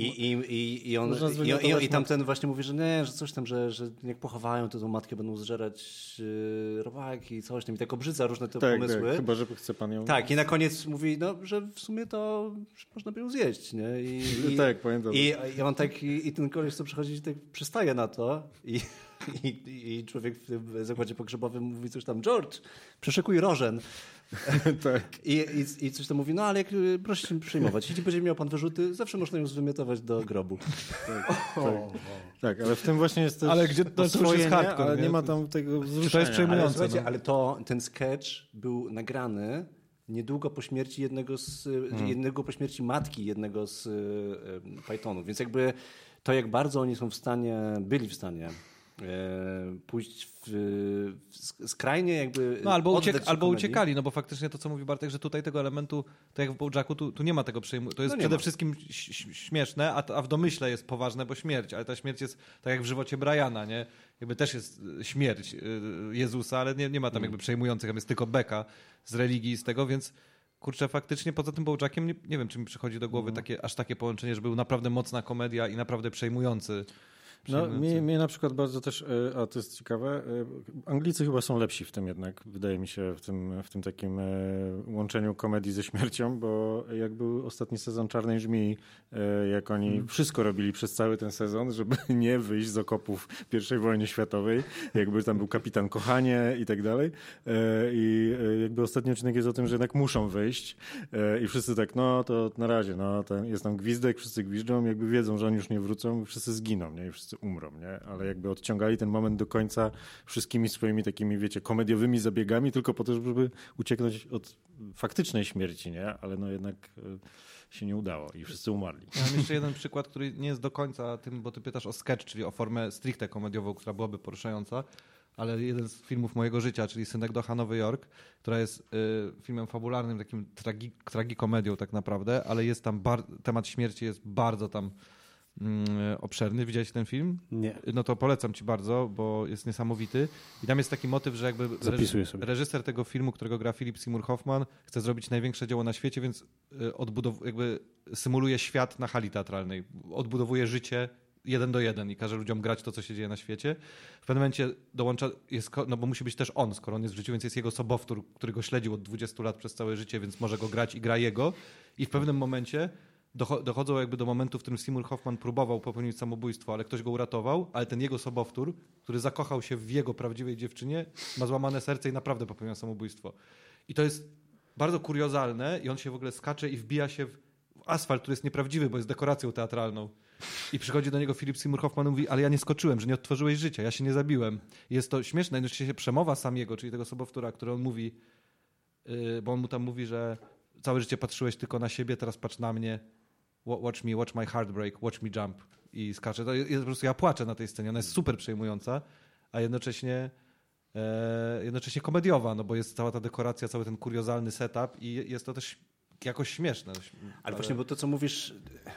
I tamten właśnie mówi, że nie, że coś tam, że jak pochowają, to tą matkę będą zżerać robaki i coś tam. I tak obrzydza różne te pomysły. Tak, chyba, że chce pan ją... Tak, i na koniec mówi, że w sumie to można by ją zjeść, nie? Tak, pamiętam. I on tak, i ten koleś, co przychodzi, tak przystaje na to i człowiek w tym zakładzie pogrzebowym mówi coś tam, George, przeszykuj rożen. Tak. I coś tam mówi, no ale proszę się przyjmować. Jeśli będzie miał pan wyrzuty, zawsze można ją zwymiotować do grobu. Tak, ale w tym właśnie jest też ale gdzie to już jest hardcore, ale nie ma tam tego wzruszenia. To jest przejmujące. Ale słuchajcie, ale ten sketch był nagrany niedługo po śmierci po śmierci matki jednego z Pythonów. Więc jakby to, jak bardzo oni są byli w stanie pójść skrajnie jakby... No albo uciekali, no bo faktycznie to, co mówi Bartek, że tutaj tego elementu, tak jak w BoJacku, tu nie ma tego to jest przede wszystkim śmieszne, a w domyśle jest poważne, bo śmierć, ale ta śmierć jest tak jak w żywocie Briana, nie? Jakby też jest śmierć Jezusa, ale nie ma tam jakby przejmujących, tam jest tylko beka z religii i z tego, więc kurczę, faktycznie poza tym BoJackiem nie wiem, czy mi przychodzi do głowy aż takie połączenie, że był naprawdę mocna komedia i naprawdę przejmujący. No, mnie na przykład bardzo też, a to jest ciekawe, Anglicy chyba są lepsi w tym jednak, wydaje mi się, w tym takim łączeniu komedii ze śmiercią, bo jak był ostatni sezon Czarnej Żmii, jak oni wszystko robili przez cały ten sezon, żeby nie wyjść z okopów I wojny światowej, jakby tam był kapitan Kochanie i tak dalej. I jakby ostatni odcinek jest o tym, że jednak muszą wyjść i wszyscy tak, no to na razie, no jest tam gwizdek, wszyscy gwiżdżą, jakby wiedzą, że oni już nie wrócą, wszyscy zginą, nie? I wszyscy umrą, nie? Ale jakby odciągali ten moment do końca wszystkimi swoimi takimi, wiecie, komediowymi zabiegami, tylko po to, żeby ucieknąć od faktycznej śmierci, nie? Ale no jednak się nie udało i wszyscy umarli. Ja mam jeszcze jeden przykład, który nie jest do końca tym, bo ty pytasz o sketch, czyli o formę stricte komediową, która byłaby poruszająca, ale jeden z filmów mojego życia, czyli Synek Docha Nowy Jork, która jest filmem fabularnym, takim tragikomedią tak naprawdę, ale jest tam temat śmierci jest bardzo tam obszerny. Widziałeś ten film? Nie. No to polecam ci bardzo, bo jest niesamowity. I tam jest taki motyw, że jakby reżyser tego filmu, którego gra Philip Seymour Hoffman, chce zrobić największe dzieło na świecie, więc jakby symuluje świat na hali teatralnej. Odbudowuje życie 1:1 i każe ludziom grać to, co się dzieje na świecie. W pewnym momencie dołącza, no bo musi być też on, skoro on jest w życiu, więc jest jego sobowtór, który go śledził od 20 lat przez całe życie, więc może go grać i gra jego. I w pewnym momencie dochodzą jakby do momentu, w którym Seymour Hoffman próbował popełnić samobójstwo, ale ktoś go uratował, ale ten jego sobowtór, który zakochał się w jego prawdziwej dziewczynie, ma złamane serce i naprawdę popełnia samobójstwo. I to jest bardzo kuriozalne i on się w ogóle skacze i wbija się w asfalt, który jest nieprawdziwy, bo jest dekoracją teatralną. I przychodzi do niego Philip Seymour Hoffman i mówi, ale ja nie skoczyłem, że nie odtworzyłeś życia, ja się nie zabiłem. I jest to śmieszne, jednocześnie się przemowa Samiego, czyli tego sobowtóra, który on mówi, bo on mu tam mówi, że całe życie patrzyłeś tylko na siebie, teraz patrz na mnie, watch me, watch my heart break, watch me jump. I skacze. To jest po prostu, ja płaczę na tej scenie, ona jest super przejmująca, a jednocześnie komediowa, no bo jest cała ta dekoracja, cały ten kuriozalny setup i jest to też jakoś śmieszne. Ale właśnie, bo to, co mówisz,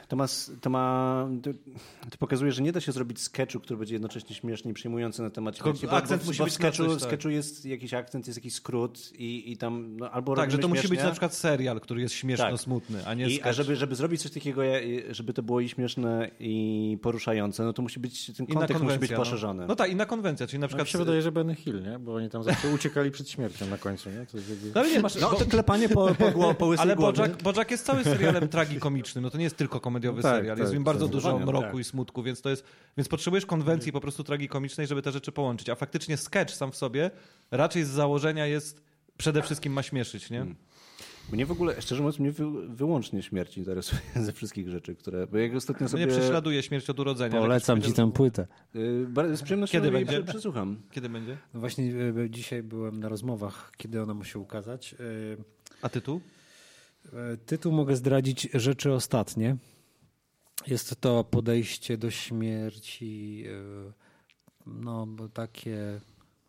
to pokazuje, że nie da się zrobić sketchu, który będzie jednocześnie śmieszny i przejmujący na temat śmierci. Akcent musi być na coś, w sketchu jest jakiś akcent, jest jakiś skrót i tam albo tak, że to śmiesznie, musi być na przykład serial, który jest śmieszno-smutny, a nie sketch. A żeby zrobić coś takiego, żeby to było i śmieszne i poruszające, no to musi być, ten kontekst musi być poszerzony. No tak, inna konwencja, czyli na przykład... Mi się wydaje, że Benny Hill, nie? Bo oni tam zawsze uciekali przed śmiercią na końcu, nie? No, ale nie masz... to klepanie po łysej głowie. Bojack jest cały serialem tragikomicznym, no to nie jest tylko komediowy serial, jest w nim bardzo dużo mroku i smutku, więc potrzebujesz konwencji po prostu tragikomicznej, żeby te rzeczy połączyć, a faktycznie sketch sam w sobie raczej z założenia jest przede wszystkim ma śmieszyć, nie? Mnie w ogóle, szczerze mówiąc, wyłącznie śmierć interesuje ze wszystkich rzeczy, które... Bo jak ostatnio sobie... Mnie prześladuje śmierć od urodzenia. Polecam ci tę płytę. Z przyjemnością Kiedy będzie? Przesłucham. Kiedy będzie? No właśnie dzisiaj byłem na rozmowach, kiedy ona musi ukazać. A tytuł? Tytuł mogę zdradzić Rzeczy ostatnie. Jest to podejście do śmierci, no takie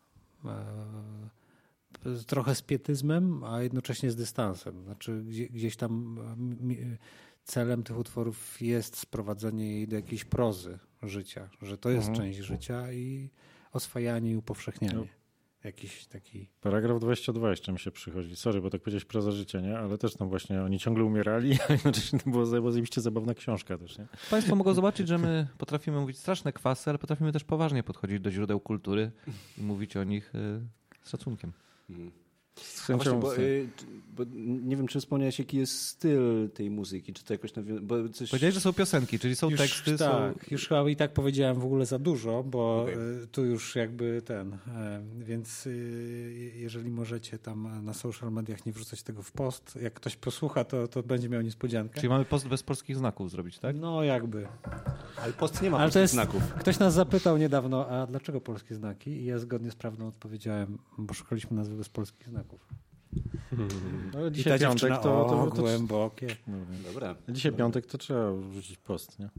trochę z pietyzmem, a jednocześnie z dystansem. Znaczy gdzieś tam celem tych utworów jest sprowadzenie jej do jakiejś prozy życia, że to jest część życia i oswajanie i upowszechnianie. Jakiś taki... Paragraf 22 jeszcze mi się przychodzi. Sorry, bo tak powiedziałeś proza życia, nie? Ale też tam właśnie oni ciągle umierali, a jednocześnie to była zajebiście zabawna książka też, nie? Państwo mogą zobaczyć, że my potrafimy mówić straszne kwasy, ale potrafimy też poważnie podchodzić do źródeł kultury i mówić o nich z szacunkiem. Właśnie, bo nie wiem, czy wspomniałeś, jaki jest styl tej muzyki, czy to jakoś... Powiedziałeś, że są piosenki, czyli są teksty. Już chyba i tak powiedziałem w ogóle za dużo, bo tu już jakby więc jeżeli możecie tam na social mediach nie wrzucać tego w post, jak ktoś posłucha, to będzie miał niespodziankę. Czyli mamy post bez polskich znaków zrobić, tak? No jakby. Ale post nie ma polskich znaków. Ktoś nas zapytał niedawno, a dlaczego polskie znaki? I ja zgodnie z prawdą odpowiedziałem, bo szukaliśmy nazwy bez polskich znaków. No, dzisiaj piątek to głębokie. Dobra. Dzisiaj piątek to trzeba wrzucić post, nie?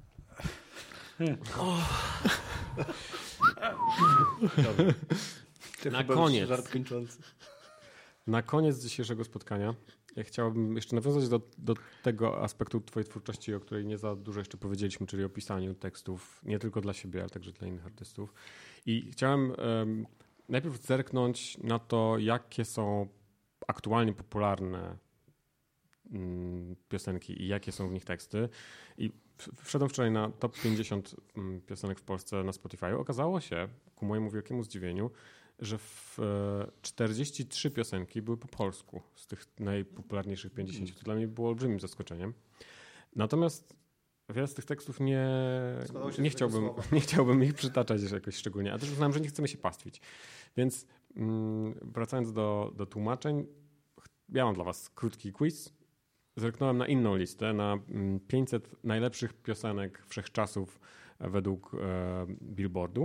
Na koniec dzisiejszego spotkania ja chciałbym jeszcze nawiązać do tego aspektu twojej twórczości, o której nie za dużo jeszcze powiedzieliśmy, czyli o pisaniu tekstów nie tylko dla siebie, ale także dla innych artystów. I chciałem najpierw zerknąć na to, jakie są aktualnie popularne piosenki i jakie są w nich teksty. I wszedłem wczoraj na top 50 piosenek w Polsce na Spotify. Okazało się, ku mojemu wielkiemu zdziwieniu, że 43 piosenki były po polsku z tych najpopularniejszych 50. To dla mnie było olbrzymim zaskoczeniem. Natomiast wiele z tych tekstów nie chciałbym ich przytaczać jakoś szczególnie, a też uznałem, że nie chcemy się pastwić. Więc wracając do tłumaczeń, ja mam dla was krótki quiz. Zerknąłem na inną listę, na 500 najlepszych piosenek wszechczasów według Billboardu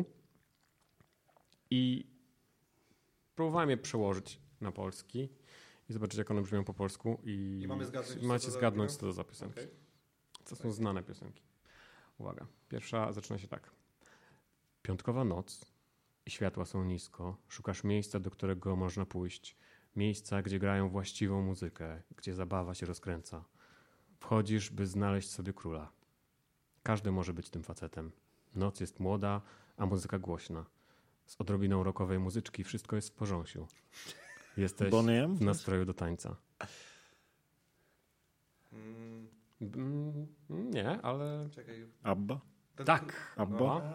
i próbowałem je przełożyć na polski i zobaczyć, jak one brzmią po polsku i macie zgadnąć, co to za piosenki. Okay. To są znane piosenki. Uwaga, pierwsza zaczyna się tak. Piątkowa noc i światła są nisko. Szukasz miejsca, do którego można pójść. Miejsca, gdzie grają właściwą muzykę, gdzie zabawa się rozkręca. Wchodzisz, by znaleźć sobie króla. Każdy może być tym facetem. Noc jest młoda, a muzyka głośna. Z odrobiną rockowej muzyczki wszystko jest w porządku. Jesteś w nastroju do tańca. Nie, ale... Czekaj. Abba? Tak. Abba?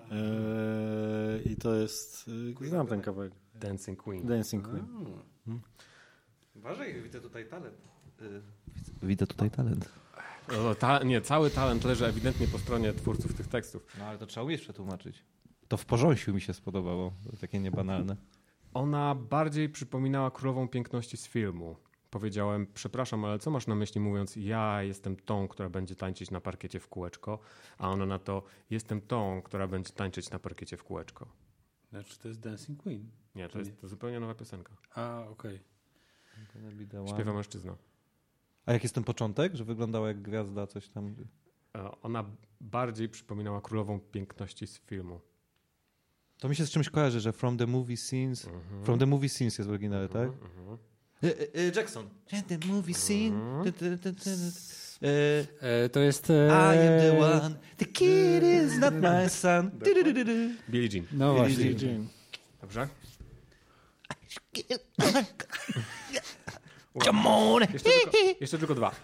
I to jest... Znam ten kawałek. Dancing Queen. Dancing Queen. Uważaj, widzę tutaj talent. Widzę tutaj talent. Nie, cały talent leży ewidentnie po stronie twórców tych tekstów. No ale to trzeba umieć przetłumaczyć. To w porządku mi się spodobało. Takie niebanalne. Ona bardziej przypominała królową piękności z filmu. Powiedziałem, przepraszam, ale co masz na myśli mówiąc, ja jestem tą, która będzie tańczyć na parkiecie w kółeczko, a ona na to, jestem tą, która będzie tańczyć na parkiecie w kółeczko. Znaczy to jest Dancing Queen? Nie, to jest zupełnie nowa piosenka. A, okej. Śpiewa mężczyzna. A jak jest ten początek, że wyglądała jak gwiazda, coś tam? Ona bardziej przypominała królową piękności z filmu. To mi się z czymś kojarzy, że From the Movie Scenes. From the Movie Scenes jest w oryginale, tak? Jackson. The movie scene. To jest... I am the one. The kid is not my son. Billie Jean. No właśnie. Dobrze? Come on. Jeszcze tylko 2.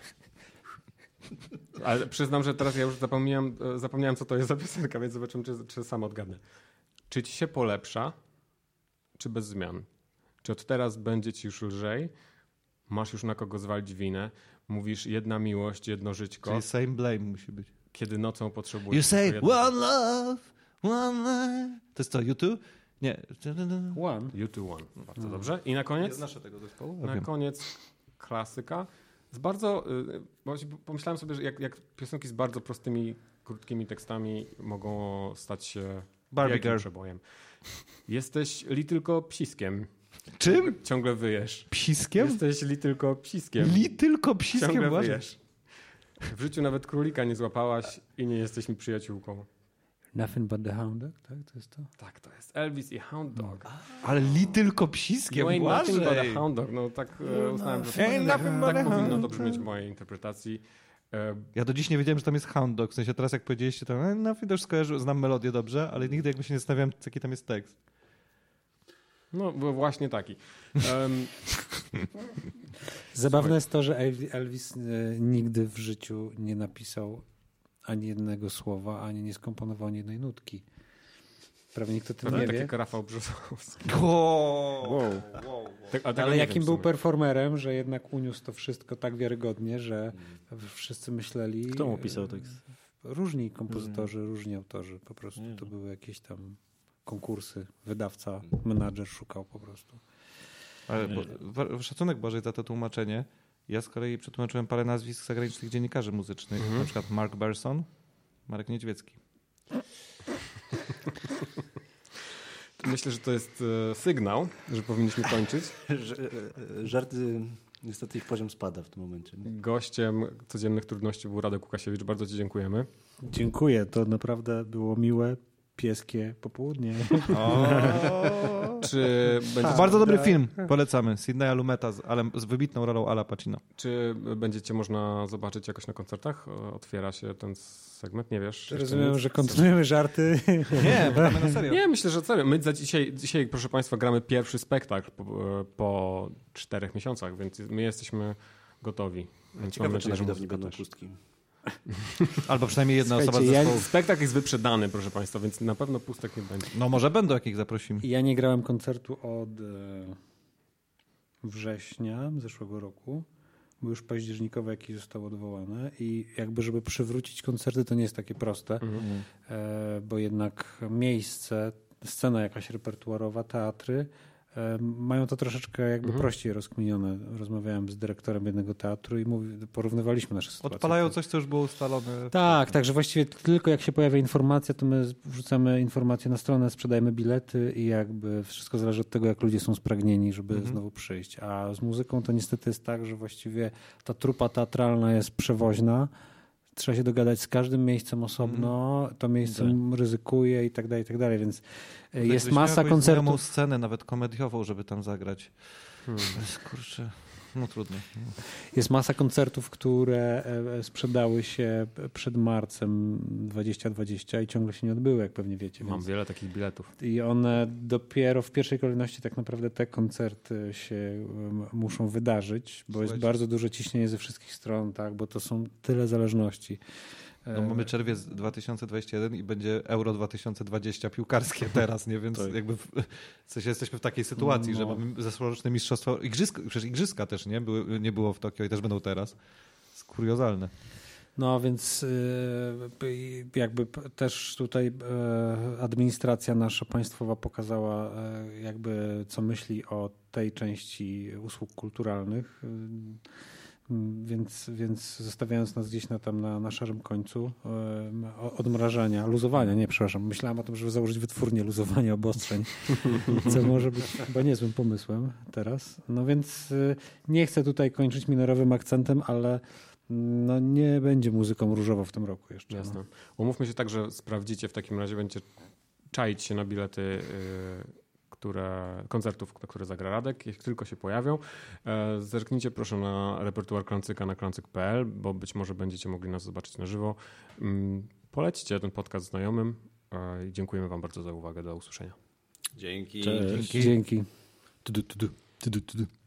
Ale przyznam, że teraz ja już zapomniałem, co to jest za piosenka, więc zobaczymy, czy sam odgadnę. Czy ci się polepsza, czy bez zmian? Czy od teraz będzie ci już lżej? Masz już na kogo zwalić winę? Mówisz jedna miłość, jedno żyćko. Czyli same blame musi być. Kiedy nocą potrzebujesz... You say one love, one life. To jest co, U2? Nie. One. U2 One. Bardzo dobrze. I na koniec... Nie znaszę tego zespołu. Na koniec klasyka. Z bardzo... Pomyślałem sobie, że jak piosenki z bardzo prostymi, krótkimi tekstami mogą stać się wielkim przebojem. Jesteś li tylko psiskiem. Czym? Ciągle wyjesz. Psiskiem? Jesteś li tylko psiskiem. Li tylko psiskiem? Ciągle wyjesz. W życiu nawet królika nie złapałaś i nie jesteś mi przyjaciółką. Nothing but the Hound Dog, tak? To jest to? Tak, to jest Elvis i Hound Dog. Ale li tylko psiskiem? You ain't nothing but a hound dog. No tak uznałem, że tak powinno to brzmieć w mojej interpretacji. Ja do dziś nie wiedziałem, że tam jest Hound Dog. W sensie teraz jak powiedzieliście, to no też skojarzę, znam melodię dobrze, ale nigdy jakby się nie zastanawiałem, jaki tam jest tekst. No właśnie taki. Zabawne jest to, że Elvis nigdy w życiu nie napisał ani jednego słowa, ani nie skomponował ani jednej nutki. Prawie nikt o tym nie tak wie. jak Rafał Brzozowski. Wow. Ale jakim był performerem, że jednak uniósł to wszystko tak wiarygodnie, że wszyscy myśleli... Kto mu pisał tekst? Różni kompozytorzy, różni autorzy. Po prostu to były jakieś tam konkursy. Wydawca, menadżer szukał po prostu. Ale szacunek Bożej za to tłumaczenie. Ja z kolei przetłumaczyłem parę nazwisk zagranicznych dziennikarzy muzycznych. Na przykład Mark Berson, Marek Niedźwiecki. Myślę, że to jest sygnał, że powinniśmy kończyć. Żarty, niestety ich poziom spada w tym momencie. Gościem Codziennych Trudności był Radek Łukasiewicz. Bardzo ci dziękujemy. Dziękuję, to naprawdę było miłe, pieskie popołudnie. Czy będzie... Bardzo dobry film, polecamy. Sydneya Lumeta z wybitną rolą Ala Pacino. Czy będziecie można zobaczyć jakoś na koncertach? Otwiera się ten segment, nie wiesz? Rozumiem, że kontynuujemy żarty. Nie, wracamy na serio. Nie, myślę, że serio. My dzisiaj, proszę Państwa, gramy pierwszy spektakl po 4 miesiącach, więc my jesteśmy gotowi. Więc Ciekawe, mam czy na nadzieję, że widowni muzyka będą też. pustki. Albo przynajmniej jedna osoba z Słuchajcie, zespołu. Spektakl jest wyprzedany, proszę państwa, więc na pewno pustek nie będzie. No może będą, jak ich zaprosimy. Ja nie grałem koncertu od września zeszłego roku, bo już październikowe jakieś zostało odwołane i jakby żeby przywrócić koncerty to nie jest takie proste, bo jednak miejsce, scena jakaś repertuarowa, teatry mają to troszeczkę jakby prościej rozkminione. Rozmawiałem z dyrektorem jednego teatru i porównywaliśmy nasze sytuacje. Odpalają coś, co już było ustalone. Tak, także właściwie tylko jak się pojawia informacja, to my wrzucamy informację na stronę, sprzedajemy bilety i jakby wszystko zależy od tego, jak ludzie są spragnieni, żeby znowu przyjść. A z muzyką to niestety jest tak, że właściwie ta trupa teatralna jest przewoźna. Trzeba się dogadać z każdym miejscem osobno, to miejsce ryzykuje i tak dalej, więc jest masa koncertów. Znajomą scenę, nawet komediową, żeby tam zagrać. Kurczę, no trudno. Jest masa koncertów, które sprzedały się przed marcem 2020 i ciągle się nie odbyły, jak pewnie wiecie. Mam wiele takich biletów. I one dopiero w pierwszej kolejności tak naprawdę te koncerty się muszą wydarzyć, bo jest bardzo duże ciśnienie ze wszystkich stron, tak, bo to są tyle zależności. No, mamy czerwiec 2021 i będzie Euro 2020 piłkarskie teraz, nie? Więc jakby w sensie jesteśmy w takiej sytuacji, że mamy zeszłoroczne mistrzostwa, igrzyska też nie było w Tokio i też będą teraz. Jest kuriozalne. No więc jakby też tutaj administracja nasza państwowa pokazała jakby co myśli o tej części usług kulturalnych. Więc zostawiając nas gdzieś na szarym końcu odmrażania, luzowania, myślałem o tym, żeby założyć wytwórnię luzowania obostrzeń, co może być chyba niezłym pomysłem teraz. No więc nie chcę tutaj kończyć minorowym akcentem, ale no nie będzie muzyką różowo w tym roku jeszcze. Jasne. Umówmy się tak, że sprawdzicie w takim razie, będziecie czaić się na bilety koncertów, które zagra Radek, jeśli tylko się pojawią. Zerknijcie proszę na repertuar Klancyka na klancyk.pl, bo być może będziecie mogli nas zobaczyć na żywo. Polećcie ten podcast znajomym i dziękujemy wam bardzo za uwagę. Do usłyszenia. Dzięki. Cześć. Dzięki. Tudu.